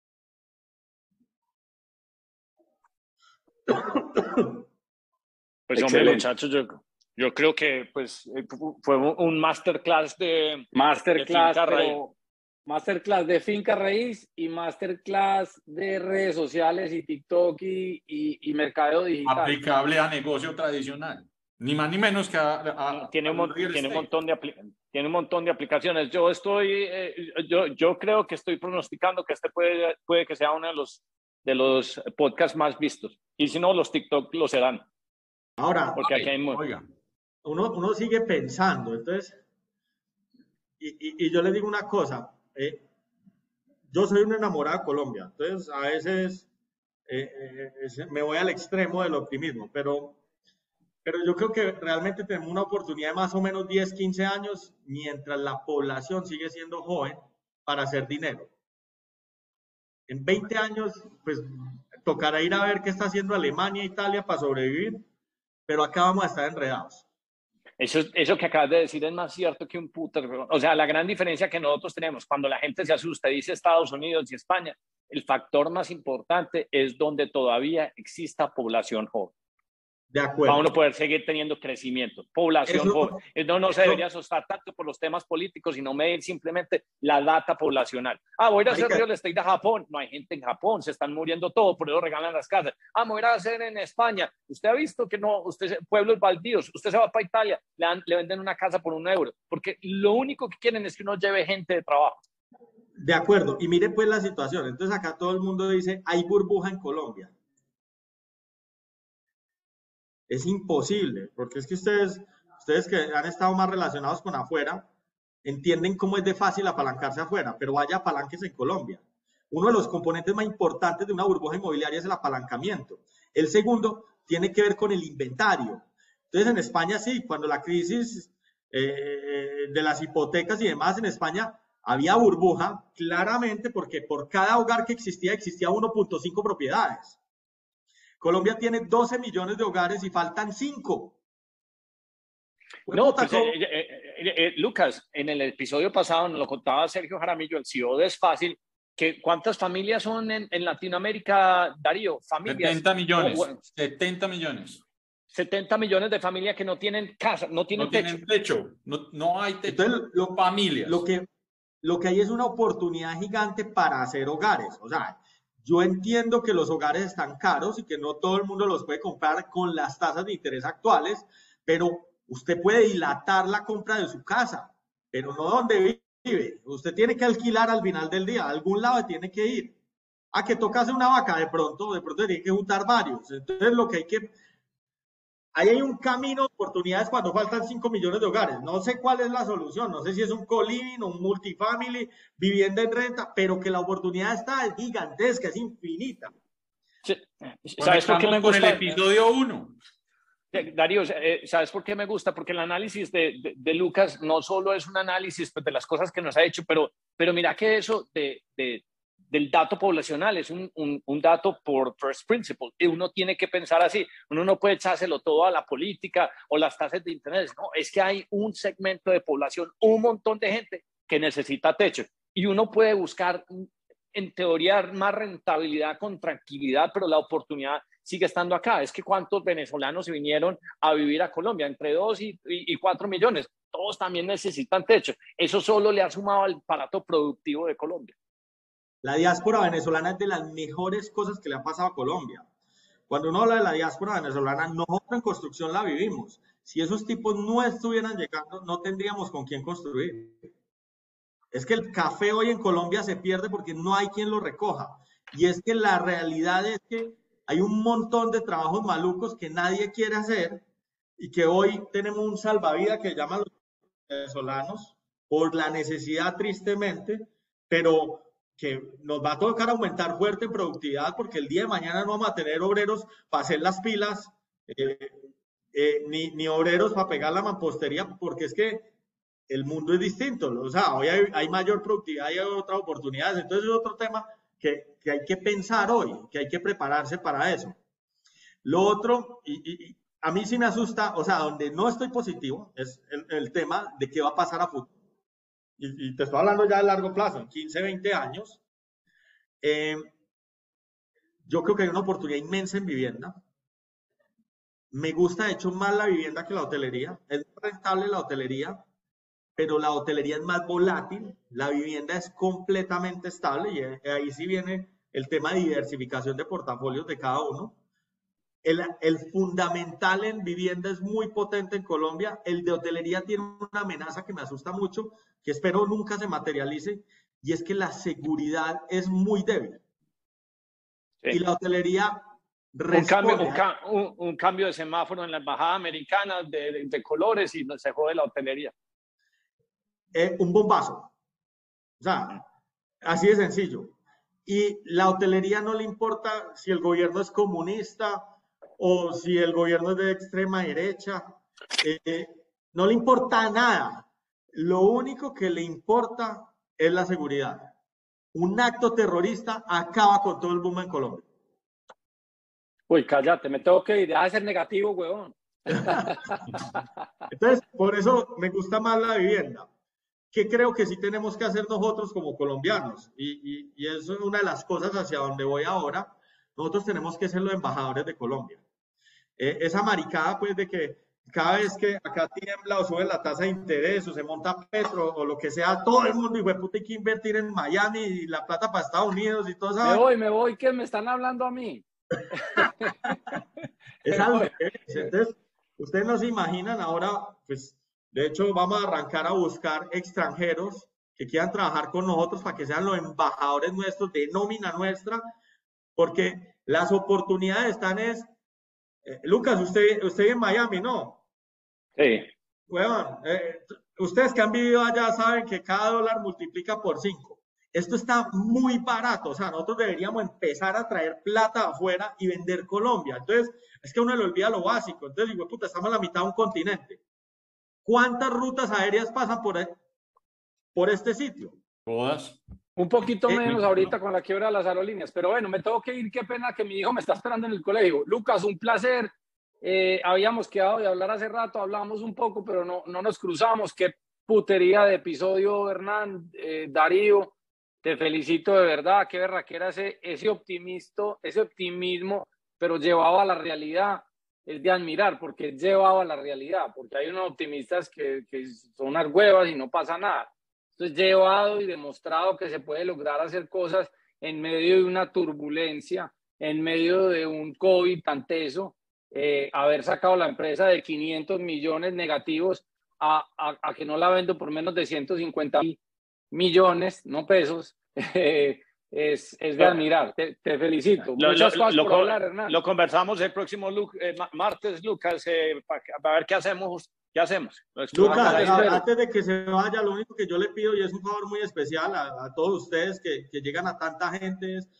Pues hombre, muchachos, yo, yo creo que pues fue un masterclass de masterclass, de finca pero masterclass de finca raíz y masterclass de redes sociales y TikTok y, y, y mercadeo digital. Aplicable a negocio tradicional. Ni más ni menos que a, a, tiene, a un, tiene, un montón de tiene un montón de aplicaciones. Yo estoy, eh, yo, yo creo que estoy pronosticando que este puede, puede que sea uno de los, de los podcasts más vistos. Y si no, los TikTok lo serán. Ahora, porque aquí hay muy... oiga, uno, uno sigue pensando, entonces, y, y, y yo les digo una cosa, eh, yo soy un enamorado de Colombia, entonces a veces eh, eh, me voy al extremo del optimismo, pero, pero yo creo que realmente tenemos una oportunidad de más o menos diez, quince años, mientras la población sigue siendo joven, para hacer dinero. En veinte años, pues tocará ir a ver qué está haciendo Alemania e Italia para sobrevivir, pero acá vamos a estar enredados. Eso, eso que acabas de decir es más cierto que un puto. O sea, la gran diferencia que nosotros tenemos, cuando la gente se asusta y dice Estados Unidos y España, el factor más importante es donde todavía exista población joven. De acuerdo. Para uno poder seguir teniendo crecimiento. Población eso, joven. No, no eso, se debería asustar tanto por los temas políticos, sino medir simplemente la data poblacional. Ah, voy a ir a hacer real estate a Japón. No hay gente en Japón, se están muriendo todos, por eso regalan las casas. Ah, me voy a ir a hacer en España. Usted ha visto que no, usted, pueblos baldíos, usted se va para Italia, le, dan, le venden una casa por un euro, porque lo único que quieren es que uno lleve gente de trabajo. De acuerdo, y mire pues la situación. Entonces acá todo el mundo dice, hay burbuja en Colombia. Es imposible, porque es que ustedes, ustedes que han estado más relacionados con afuera, entienden cómo es de fácil apalancarse afuera, pero vaya apalanques en Colombia. Uno de los componentes más importantes de una burbuja inmobiliaria es el apalancamiento. El segundo tiene que ver con el inventario. Entonces en España sí, cuando la crisis eh, de las hipotecas y demás en España había burbuja, claramente porque por cada hogar que existía, existía uno punto cinco propiedades. Colombia tiene doce millones de hogares y faltan cinco. No, pues, eh, eh, eh, eh, Lucas, en el episodio pasado nos lo contaba Sergio Jaramillo, el C E O de Esfácil, que ¿cuántas familias son en, en Latinoamérica, Darío? Familias. setenta millones. Oh, bueno, setenta millones. setenta millones de familias que no tienen casa, no tienen no techo. Tienen techo. No, no hay techo. Entonces, lo, familias. Lo que, lo que hay es una oportunidad gigante para hacer hogares. O sea, yo entiendo que los hogares están caros y que no todo el mundo los puede comprar con las tasas de interés actuales, pero usted puede dilatar la compra de su casa, pero no donde vive. Usted tiene que alquilar al final del día, a algún lado tiene que ir. A que tocase una vaca, de pronto, de pronto tiene que juntar varios. Entonces, lo que hay que... Ahí hay un camino de oportunidades cuando faltan cinco millones de hogares. No sé cuál es la solución, no sé si es un co-living o un multifamily, vivienda en renta, pero que la oportunidad está es gigantesca, es infinita. Sí. ¿Sabes por qué me gusta? Con el episodio uno. Darío, ¿sabes por qué me gusta? Porque el análisis de, de, de Lucas no solo es un análisis pues, de las cosas que nos ha hecho, pero, pero mira que eso de, de, del dato poblacional es un, un, un dato por first principle. Y uno tiene que pensar así. Uno no puede echárselo todo a la política o las tasas de interés. No, es que hay un segmento de población, un montón de gente que necesita techo. Y uno puede buscar, en teoría, más rentabilidad con tranquilidad, pero la oportunidad sigue estando acá. Es que cuántos venezolanos se vinieron a vivir a Colombia, entre dos y, y, y cuatro millones. Todos también necesitan techo. Eso solo le ha sumado al aparato productivo de Colombia. La diáspora venezolana es de las mejores cosas que le ha pasado a Colombia. Cuando uno habla de la diáspora venezolana, nosotros en construcción la vivimos. Si esos tipos no estuvieran llegando, no tendríamos con quién construir. Es que el café hoy en Colombia se pierde porque no hay quien lo recoja. Y es que la realidad es que hay un montón de trabajos malucos que nadie quiere hacer y que hoy tenemos un salvavidas que llaman los venezolanos por la necesidad tristemente, pero que nos va a tocar aumentar fuerte en productividad porque el día de mañana no vamos a tener obreros para hacer las pilas, eh, eh, ni, ni obreros para pegar la mampostería, porque es que el mundo es distinto. O sea, hoy hay, hay mayor productividad y hay otras oportunidades. Entonces es otro tema que, que hay que pensar hoy, que hay que prepararse para eso. Lo otro, y, y, y a mí sí me asusta, o sea, donde no estoy positivo, es el, el tema de qué va a pasar a futuro. Y, y te estoy hablando ya de largo plazo, en quince, veinte años. Eh, yo creo que hay una oportunidad inmensa en vivienda. Me gusta, de hecho, más la vivienda que la hotelería. Es rentable la hotelería, pero la hotelería es más volátil. La vivienda es completamente estable y ahí sí viene el tema de diversificación de portafolios de cada uno. El, el fundamental en vivienda es muy potente en Colombia. El de hotelería tiene una amenaza que me asusta mucho, que espero nunca se materialice, y es que la seguridad es muy débil. Sí. Y la hotelería un cambio, un, ca un, un cambio de semáforo en la embajada americana de, de, de colores y se jode la hotelería. Eh, un bombazo. O sea, así de sencillo. Y la hotelería no le importa si el gobierno es comunista o si el gobierno es de extrema derecha. Eh, no le importa nada. Lo único que le importa es la seguridad. Un acto terrorista acaba con todo el boom en Colombia. Uy, cállate, me tengo que ir. Deja de ser negativo, huevón. Entonces, por eso me gusta más la vivienda. ¿Qué creo que sí tenemos que hacer nosotros como colombianos? Y, y, y eso es una de las cosas hacia donde voy ahora. Nosotros tenemos que ser los embajadores de Colombia. Eh, esa maricada, pues, de que cada vez que acá tiembla o sube la tasa de interés o se monta Petro o lo que sea, todo el mundo, hijo de puta, hay que invertir en Miami y la plata para Estados Unidos y todo eso. Me voy, me voy, que me están hablando a mí. Es algo que, entonces, ustedes no se imaginan ahora, pues, de hecho, vamos a arrancar a buscar extranjeros que quieran trabajar con nosotros para que sean los embajadores nuestros de nómina nuestra, porque las oportunidades están es, eh, Lucas, usted, usted vive en Miami, ¿no? Sí. Bueno, eh, ustedes que han vivido allá saben que cada dólar multiplica por cinco. Esto está muy barato, o sea, nosotros deberíamos empezar a traer plata afuera y vender Colombia. Entonces, es que uno le olvida lo básico. Entonces, digo, puta, estamos a la mitad de un continente. ¿Cuántas rutas aéreas pasan por, por este sitio? Todas. Un poquito menos eh, ahorita con la quiebra de las aerolíneas, pero bueno, me tengo que ir, qué pena que mi hijo me está esperando en el colegio. Lucas, un placer. Eh, habíamos quedado de hablar hace rato, hablábamos un poco, pero no, no nos cruzamos. Qué putería de episodio, Hernán, eh, Darío. Te felicito de verdad, qué berraquera ese, ese, optimista, ese optimismo, pero llevado a la realidad. Es de admirar porque es llevado a la realidad, porque hay unos optimistas que, que son unas huevas y no pasa nada. Entonces, llevado y demostrado que se puede lograr hacer cosas en medio de una turbulencia, en medio de un COVID tan teso, eh, haber sacado la empresa de quinientos millones negativos a, a, a que no la vendo por menos de ciento cincuenta mil millones, no pesos, eh, es, es de admirar. Te, te felicito. Lo, Muchas lo, cosas lo, por hablar, Hernán. Lo conversamos el próximo eh, martes, Lucas, eh, para, para ver qué hacemos. ¿Qué hacemos? Lucas, antes de que se vaya, lo único que yo le pido, y es un favor muy especial a, a todos ustedes que, que llegan a tanta gente, es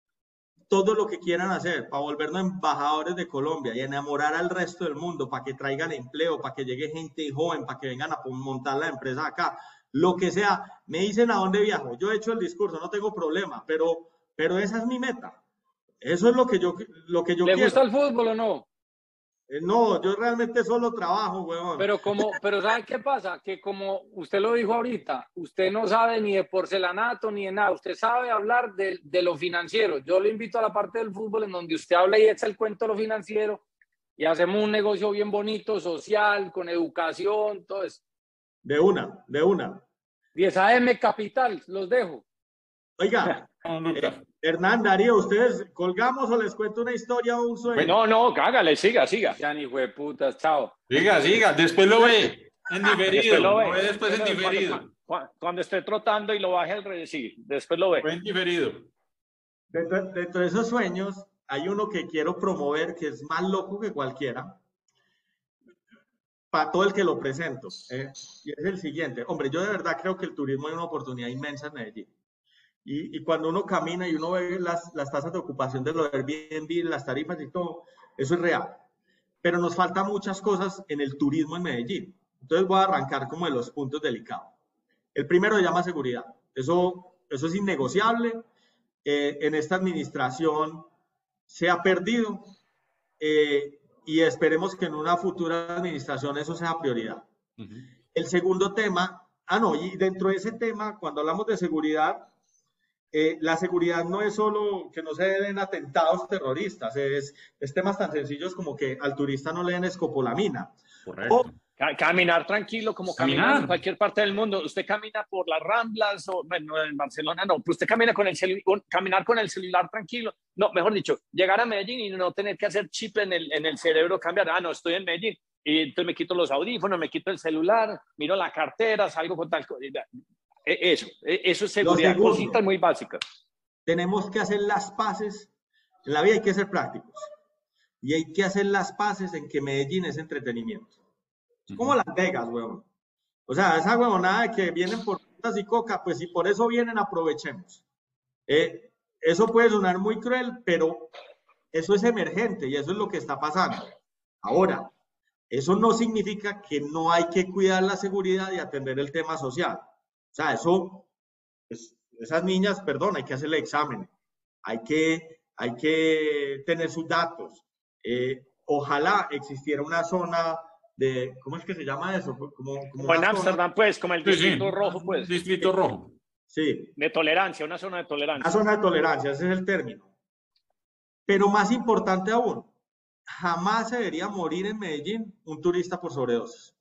todo lo que quieran hacer para volvernos embajadores de Colombia y enamorar al resto del mundo, para que traigan empleo, para que llegue gente joven, para que vengan a montar la empresa acá. Lo que sea, me dicen a dónde viajo. Yo he hecho el discurso, no tengo problema, pero, pero esa es mi meta. Eso es lo que yo, lo que yo ¿Le quiero. gusta el fútbol o no? Eh, no, yo realmente solo trabajo, huevón. Pero como, pero ¿sabe qué pasa? Que como usted lo dijo ahorita, usted no sabe ni de porcelanato ni de nada. Usted sabe hablar de, de lo financiero. Yo le invito a la parte del fútbol en donde usted habla y echa el cuento de lo financiero y hacemos un negocio bien bonito, social, con educación, todo eso. De una, de una. diez A M Capital, los dejo. Oiga, eh, Hernán, Darío, ¿ustedes colgamos o les cuento una historia o un sueño? No, no, hágale, siga, siga. Ya ni fue putas, chao. Siga, siga, después lo ve en diferido. Después lo ve, lo ve después en diferido. Cuando, cuando, cuando esté trotando y lo baje al rey, sí, después lo ve. Fue en diferido. Dentro, dentro de esos sueños hay uno que quiero promover que es más loco que cualquiera. Para todo el que lo presento, ¿eh? Y es el siguiente. Hombre, yo de verdad creo que el turismo es una oportunidad inmensa en Medellín. Y, y cuando uno camina y uno ve las, las tasas de ocupación de los Airbnb, las tarifas y todo, eso es real. Pero nos faltan muchas cosas en el turismo en Medellín. Entonces voy a arrancar como de los puntos delicados. El primero se llama seguridad. Eso, eso es innegociable. eh, en esta administración se ha perdido eh, y esperemos que en una futura administración eso sea prioridad. Uh-huh. El segundo tema, ah no, y dentro de ese tema, cuando hablamos de seguridad, eh, la seguridad no es solo que no se den atentados terroristas, es, es temas tan sencillos como que al turista no le den escopolamina. Correcto. O, Caminar tranquilo, como caminar. caminar en cualquier parte del mundo. Usted camina por las Ramblas, o bueno, en Barcelona no, pero usted camina con el celu- caminar con el celular tranquilo. No, mejor dicho, llegar a Medellín y no tener que hacer chip en el, en el cerebro, cambiar. Ah, no, estoy en Medellín. Y entonces me quito los audífonos, me quito el celular, miro la cartera, salgo con tal cosa. Eso, eso es seguridad, segundo, cositas muy básicas. Tenemos que hacer las paces. En la vida hay que ser prácticos. Y hay que hacer las paces en que Medellín es entretenimiento. Es como Las Vegas, huevón. O sea, esa huevonada de que vienen por frutas y coca, pues si por eso vienen, aprovechemos. Eh, eso puede sonar muy cruel, pero eso es emergente y eso es lo que está pasando. Ahora, eso no significa que no hay que cuidar la seguridad y atender el tema social. O sea, eso, pues, esas niñas, perdón, hay que hacerle examen. Hay que, hay que tener sus datos. Eh, ojalá existiera una zona de, ¿cómo es que se llama eso? Como, como, como en Ámsterdam, pues, como el distrito sí, sí. rojo, pues. Distrito rojo. Sí. De tolerancia, una zona de tolerancia. Una zona de tolerancia, ese es el término. Pero más importante aún, jamás se debería morir en Medellín un turista por sobredosis.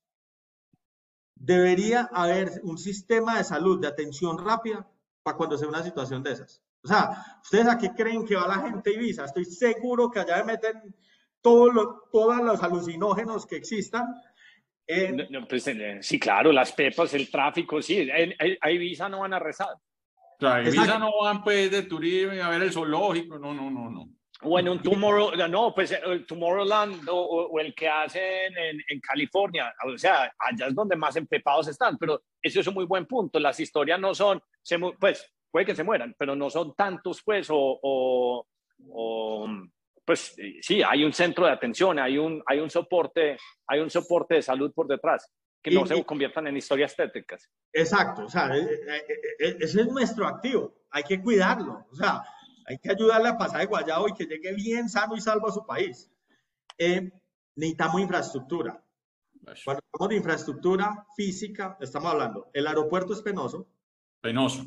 Debería haber un sistema de salud, de atención rápida, para cuando sea una situación de esas. O sea, ¿ustedes a qué creen que va la gente a Ibiza? Estoy seguro que allá meten todos los, todos los alucinógenos que existan. Eh, no, no, pues, eh, sí, claro, las pepas, el tráfico, sí, a Ibiza no van a rezar. O sea, a Ibiza Exacto. no van pues de turismo a ver el zoológico, no, no, no, no. Bueno, un Tomorrow, no, pues el Tomorrowland o, o el que hacen en, en California, o sea, allá es donde más empepados están, pero eso es un muy buen punto, las historias no son, se, pues puede que se mueran, pero no son tantos pues, o, o, o pues sí, hay un centro de atención, hay un, hay un soporte, hay un soporte de salud por detrás, que no y, se conviertan en historias tétricas. Exacto, o sea, ese es nuestro activo, hay que cuidarlo, o sea, hay que ayudarle a pasar de guayabo y que llegue bien sano y salvo a su país. Eh, necesitamos infraestructura. Cuando hablamos de infraestructura física, estamos hablando, el aeropuerto es penoso. Penoso.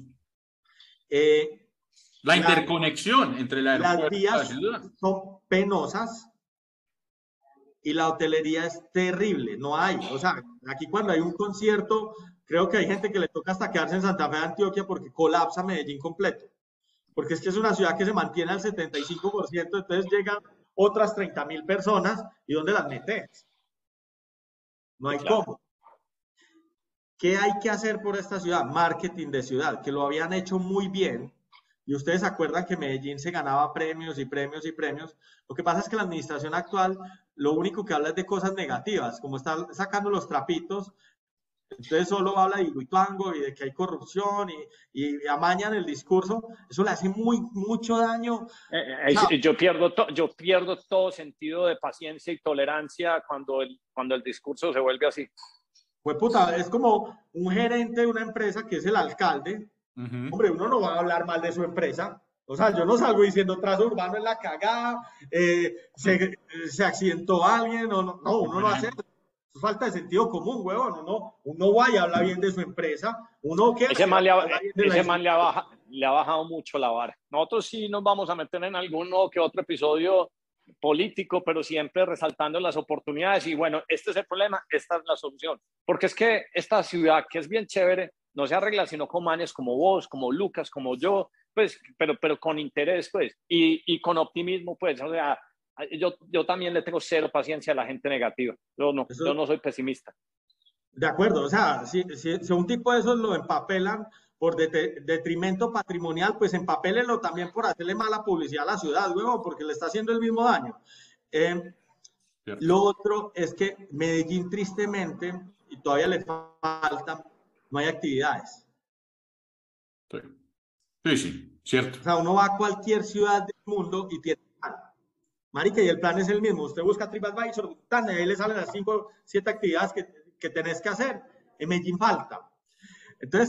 Eh, la, la interconexión entre el aeropuerto las vías y la ciudad son penosas y la hotelería es terrible, no hay. O sea, aquí cuando hay un concierto, creo que hay gente que le toca hasta quedarse en Santa Fe de Antioquia porque colapsa Medellín completo. Porque es que es una ciudad que se mantiene al setenta y cinco por ciento, entonces llegan otras treinta mil personas, ¿y dónde las metes? No hay claro. cómo. ¿Qué hay que hacer por esta ciudad? Marketing de ciudad, que lo habían hecho muy bien, y ustedes se acuerdan que Medellín se ganaba premios y premios y premios. Lo que pasa es que la administración actual, lo único que habla es de cosas negativas, como está sacando los trapitos. Entonces solo habla de Hidroituango y de que hay corrupción y, y amañan el discurso. Eso le hace muy, mucho daño. Eh, eh, no. yo, pierdo to, yo pierdo todo sentido de paciencia y tolerancia cuando el, cuando el discurso se vuelve así. Pues puta, es como un gerente de una empresa que es el alcalde. Uh-huh. Hombre, uno no va a hablar mal de su empresa. O sea, yo no salgo diciendo trazo urbano en la cagada, eh, se, se accidentó alguien, o no, no, uno no hace eso. Falta de sentido común, huevón. Uno, uno vaya a hablar bien de su empresa. Uno que ese man, le ha, ese man le, ha baja, le ha bajado mucho la vara. Nosotros sí nos vamos a meter en alguno que otro episodio político, pero siempre resaltando las oportunidades. Y bueno, este es el problema, esta es la solución. Porque es que esta ciudad, que es bien chévere, no se arregla sino con manes como vos, como Lucas, como yo, pues, pero, pero con interés, pues, y, y con optimismo, pues, o sea, Yo, yo también le tengo cero paciencia a la gente negativa. Yo no, Eso, yo no soy pesimista. De acuerdo, o sea, si, si, si un tipo de esos lo empapelan por det detrimento patrimonial, pues empapélenlo también por hacerle mala publicidad a la ciudad, luego, porque le está haciendo el mismo daño. Eh, lo otro es que Medellín, tristemente, y todavía le falta, no hay actividades. Sí, sí, sí, cierto. O sea, uno va a cualquier ciudad del mundo y tiene... Marica, y el plan es el mismo. Usted busca TripAdvisor, tan, ahí le salen las cinco, siete actividades que, que tenés que hacer. En Medellín falta. Entonces,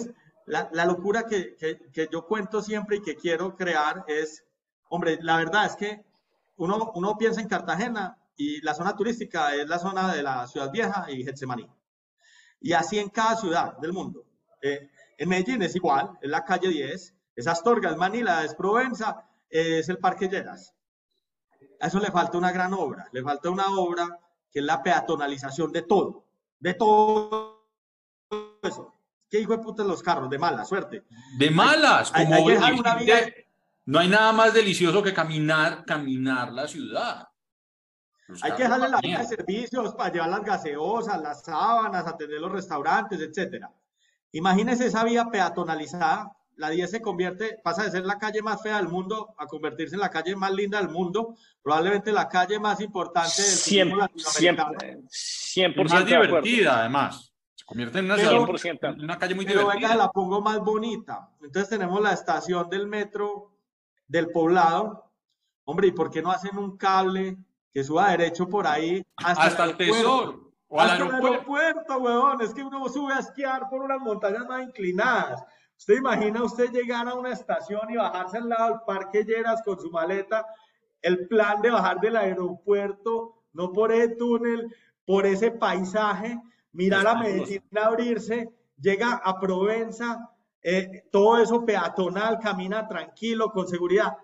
la, la locura que, que, que yo cuento siempre y que quiero crear es, hombre, la verdad es que uno, uno piensa en Cartagena y la zona turística es la zona de la Ciudad Vieja y Getsemaní. Y así en cada ciudad del mundo. Eh, en Medellín es igual, es la calle diez, es Astorga, es Manila, es Provenza, es el Parque Lleras. A eso le falta una gran obra, le falta una obra que es la peatonalización de todo, de todo eso. ¿Qué hijo de puta los carros? De mala suerte. De malas, hay, como hay, hay que dejar una vía. No hay nada más delicioso que caminar, caminar la ciudad. Hay que dejarle la vía de servicios para llevar las gaseosas, las sábanas, atender los restaurantes, etcétera. Imagínese esa vía peatonalizada. La diez se convierte, pasa de ser la calle más fea del mundo a convertirse en la calle más linda del mundo, probablemente la calle más importante del siempre, latinoamericano. cien por más ciento divertida, además. Se convierte en una, pero, ciudad, una calle muy pero divertida. Pero venga, la pongo más bonita. Entonces tenemos la estación del metro del Poblado. Hombre, ¿y por qué no hacen un cable que suba derecho por ahí hasta, hasta el Tesoro? O hasta el aeropuerto, huevón. Es que uno sube a esquiar por unas montañas más inclinadas. ¿Usted imagina usted llegar a una estación y bajarse al lado del Parque Lleras con su maleta? El plan de bajar del aeropuerto, no por ese túnel, por ese paisaje, mirar a Medellín abrirse, llega a Provenza, eh, todo eso peatonal, camina tranquilo, con seguridad.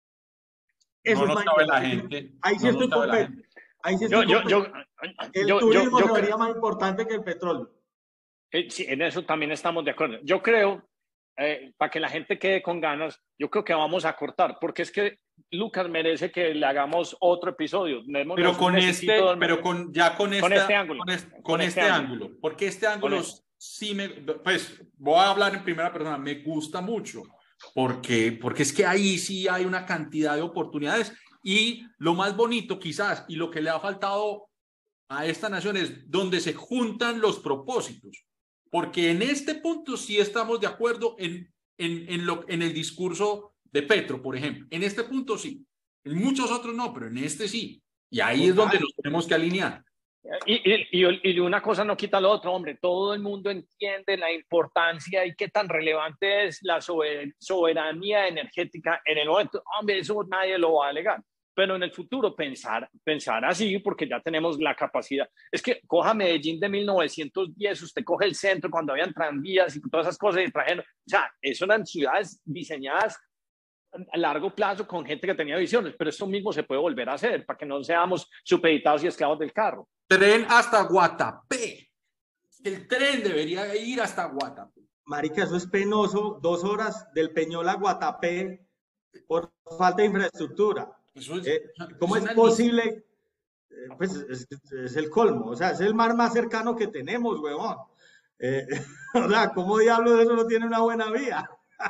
Eso no es sabe la gente. Ahí sí no estoy con Pedro. Ahí sí estoy yo, con yo, Pedro. yo, El yo, turismo yo, yo, sería yo, más importante que el petróleo. Eh, sí, en eso también estamos de acuerdo. Yo creo, eh, para que la gente quede con ganas, yo creo que vamos a cortar, porque es que Lucas merece que le hagamos otro episodio. Pero con este, pero con ya con, con esta, este ángulo. Con, es, con, con este, este ángulo. ángulo. Porque este ángulo este. sí me, pues voy a hablar en primera persona, me gusta mucho, porque, porque es que ahí sí hay una cantidad de oportunidades y lo más bonito quizás y lo que le ha faltado a esta nación es donde se juntan los propósitos. Porque en este punto sí estamos de acuerdo en, en, en, lo, en el discurso de Petro, por ejemplo. En este punto sí. En muchos otros no, pero en este sí. Y ahí es donde nos tenemos que alinear. Y, y, y, y una cosa no quita lo otro, hombre. Todo el mundo entiende la importancia y qué tan relevante es la soberanía energética en el momento. Hombre, eso nadie lo va a alegar. Pero en el futuro pensar, pensar así, porque ya tenemos la capacidad. Es que coja Medellín de mil novecientos diez, usted coge el centro cuando habían tranvías y todas esas cosas y trajeron, o sea, eso eran ciudades diseñadas a largo plazo con gente que tenía visiones, pero esto mismo se puede volver a hacer para que no seamos supeditados y esclavos del carro. Tren hasta Guatapé. El tren debería ir hasta Guatapé. Marica, eso es penoso, dos horas del Peñol a Guatapé por falta de infraestructura. Eso es, eh, ¿Cómo es es posible? Eh, pues es, es el colmo, o sea, es el mar más cercano que tenemos, huevón. Eh, o sea, ¿cómo diablos eso no tiene una buena vía?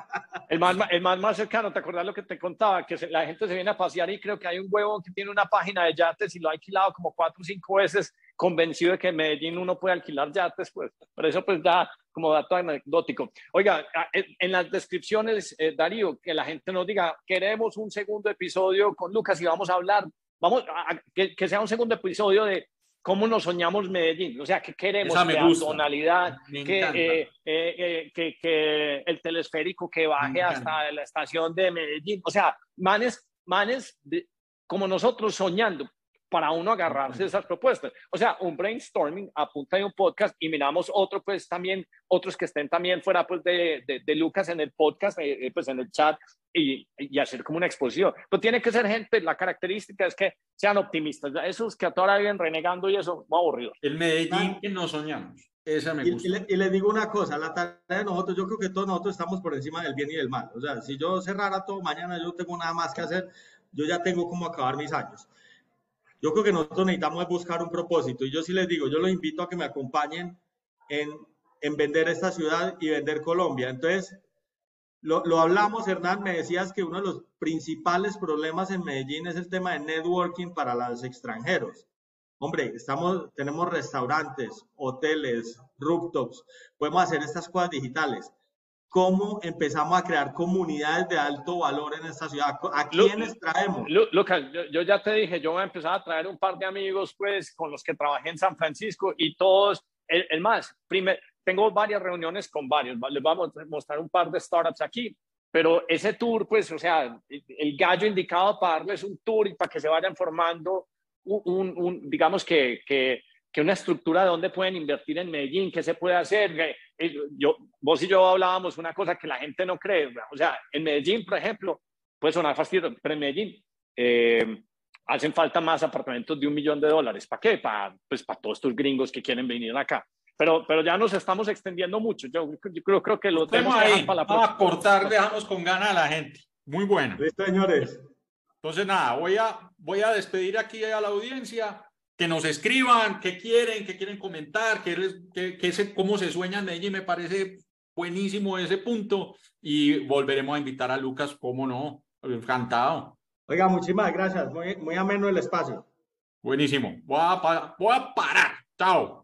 El mar, el mar más cercano, ¿te acordás lo que te contaba? Que se, la gente se viene a pasear y creo que hay un huevón que tiene una página de yates y lo ha alquilado como cuatro o cinco veces, convencido de que en Medellín uno puede alquilar yates, pues, por eso pues da como dato anecdótico. Oiga, en las descripciones, eh, Darío, que la gente nos diga, queremos un segundo episodio con Lucas y vamos a hablar, vamos a, a, que, que sea un segundo episodio de cómo nos soñamos Medellín, o sea, que queremos peatonalidad, que, eh, eh, eh, que, que el telesférico que baje hasta la estación de Medellín, o sea, manes, manes de, como nosotros soñando, para uno agarrarse de esas propuestas. O sea, un brainstorming a punta de un podcast y miramos otro, pues también, otros que estén también fuera pues de, de, de Lucas en el podcast, eh, pues en el chat y, y hacer como una exposición. Pero tiene que ser gente, la característica es que sean optimistas. Esos que ahora viven renegando y eso, muy aburridos. El Medellín que no soñamos. Esa me gusta. Y, y, le, y les digo una cosa, la tarea de nosotros, yo creo que todos nosotros estamos por encima del bien y del mal. O sea, si yo cerrara todo mañana, yo no tengo nada más que hacer, yo ya tengo como acabar mis años. Yo creo que nosotros necesitamos buscar un propósito y yo sí les digo, yo los invito a que me acompañen en, en vender esta ciudad y vender Colombia. Entonces, lo, lo hablamos, Hernán, me decías que uno de los principales problemas en Medellín es el tema de networking para los extranjeros. Hombre, estamos, tenemos restaurantes, hoteles, rooftops, podemos hacer estas cosas digitales. ¿Cómo empezamos a crear comunidades de alto valor en esta ciudad? ¿A quiénes traemos? Lucas, yo, yo ya te dije, yo voy a empezar a traer un par de amigos, pues, con los que trabajé en San Francisco y todos, el, el más, primer, tengo varias reuniones con varios, les vamos a mostrar un par de startups aquí, pero ese tour, pues, o sea, el gallo indicado para darles un tour y para que se vayan formando un, un, un digamos que, que, que una estructura de dónde pueden invertir en Medellín, qué se puede hacer. Yo, vos y yo hablábamos una cosa que la gente no cree, o sea, en Medellín, por ejemplo, puede sonar fastidioso, pero en Medellín eh, hacen falta más apartamentos de un millón de dólares. ¿Para qué? Para, pues, para todos estos gringos que quieren venir acá. Pero, pero ya nos estamos extendiendo mucho. Yo, yo creo, creo que lo tenemos que dejar para la próxima. Vamos a cortar, dejamos con ganas a la gente. Muy bueno. Listo, señores. Entonces, nada, voy a, voy a despedir aquí a la audiencia. Que nos escriban qué quieren, qué quieren comentar, qué les, qué, qué se, cómo se sueña en Medellín. Me parece buenísimo ese punto. Y volveremos a invitar a Lucas, cómo no. Encantado. Oiga, muchísimas gracias. Muy, muy ameno el espacio. Buenísimo. Voy a, voy a parar. Chao.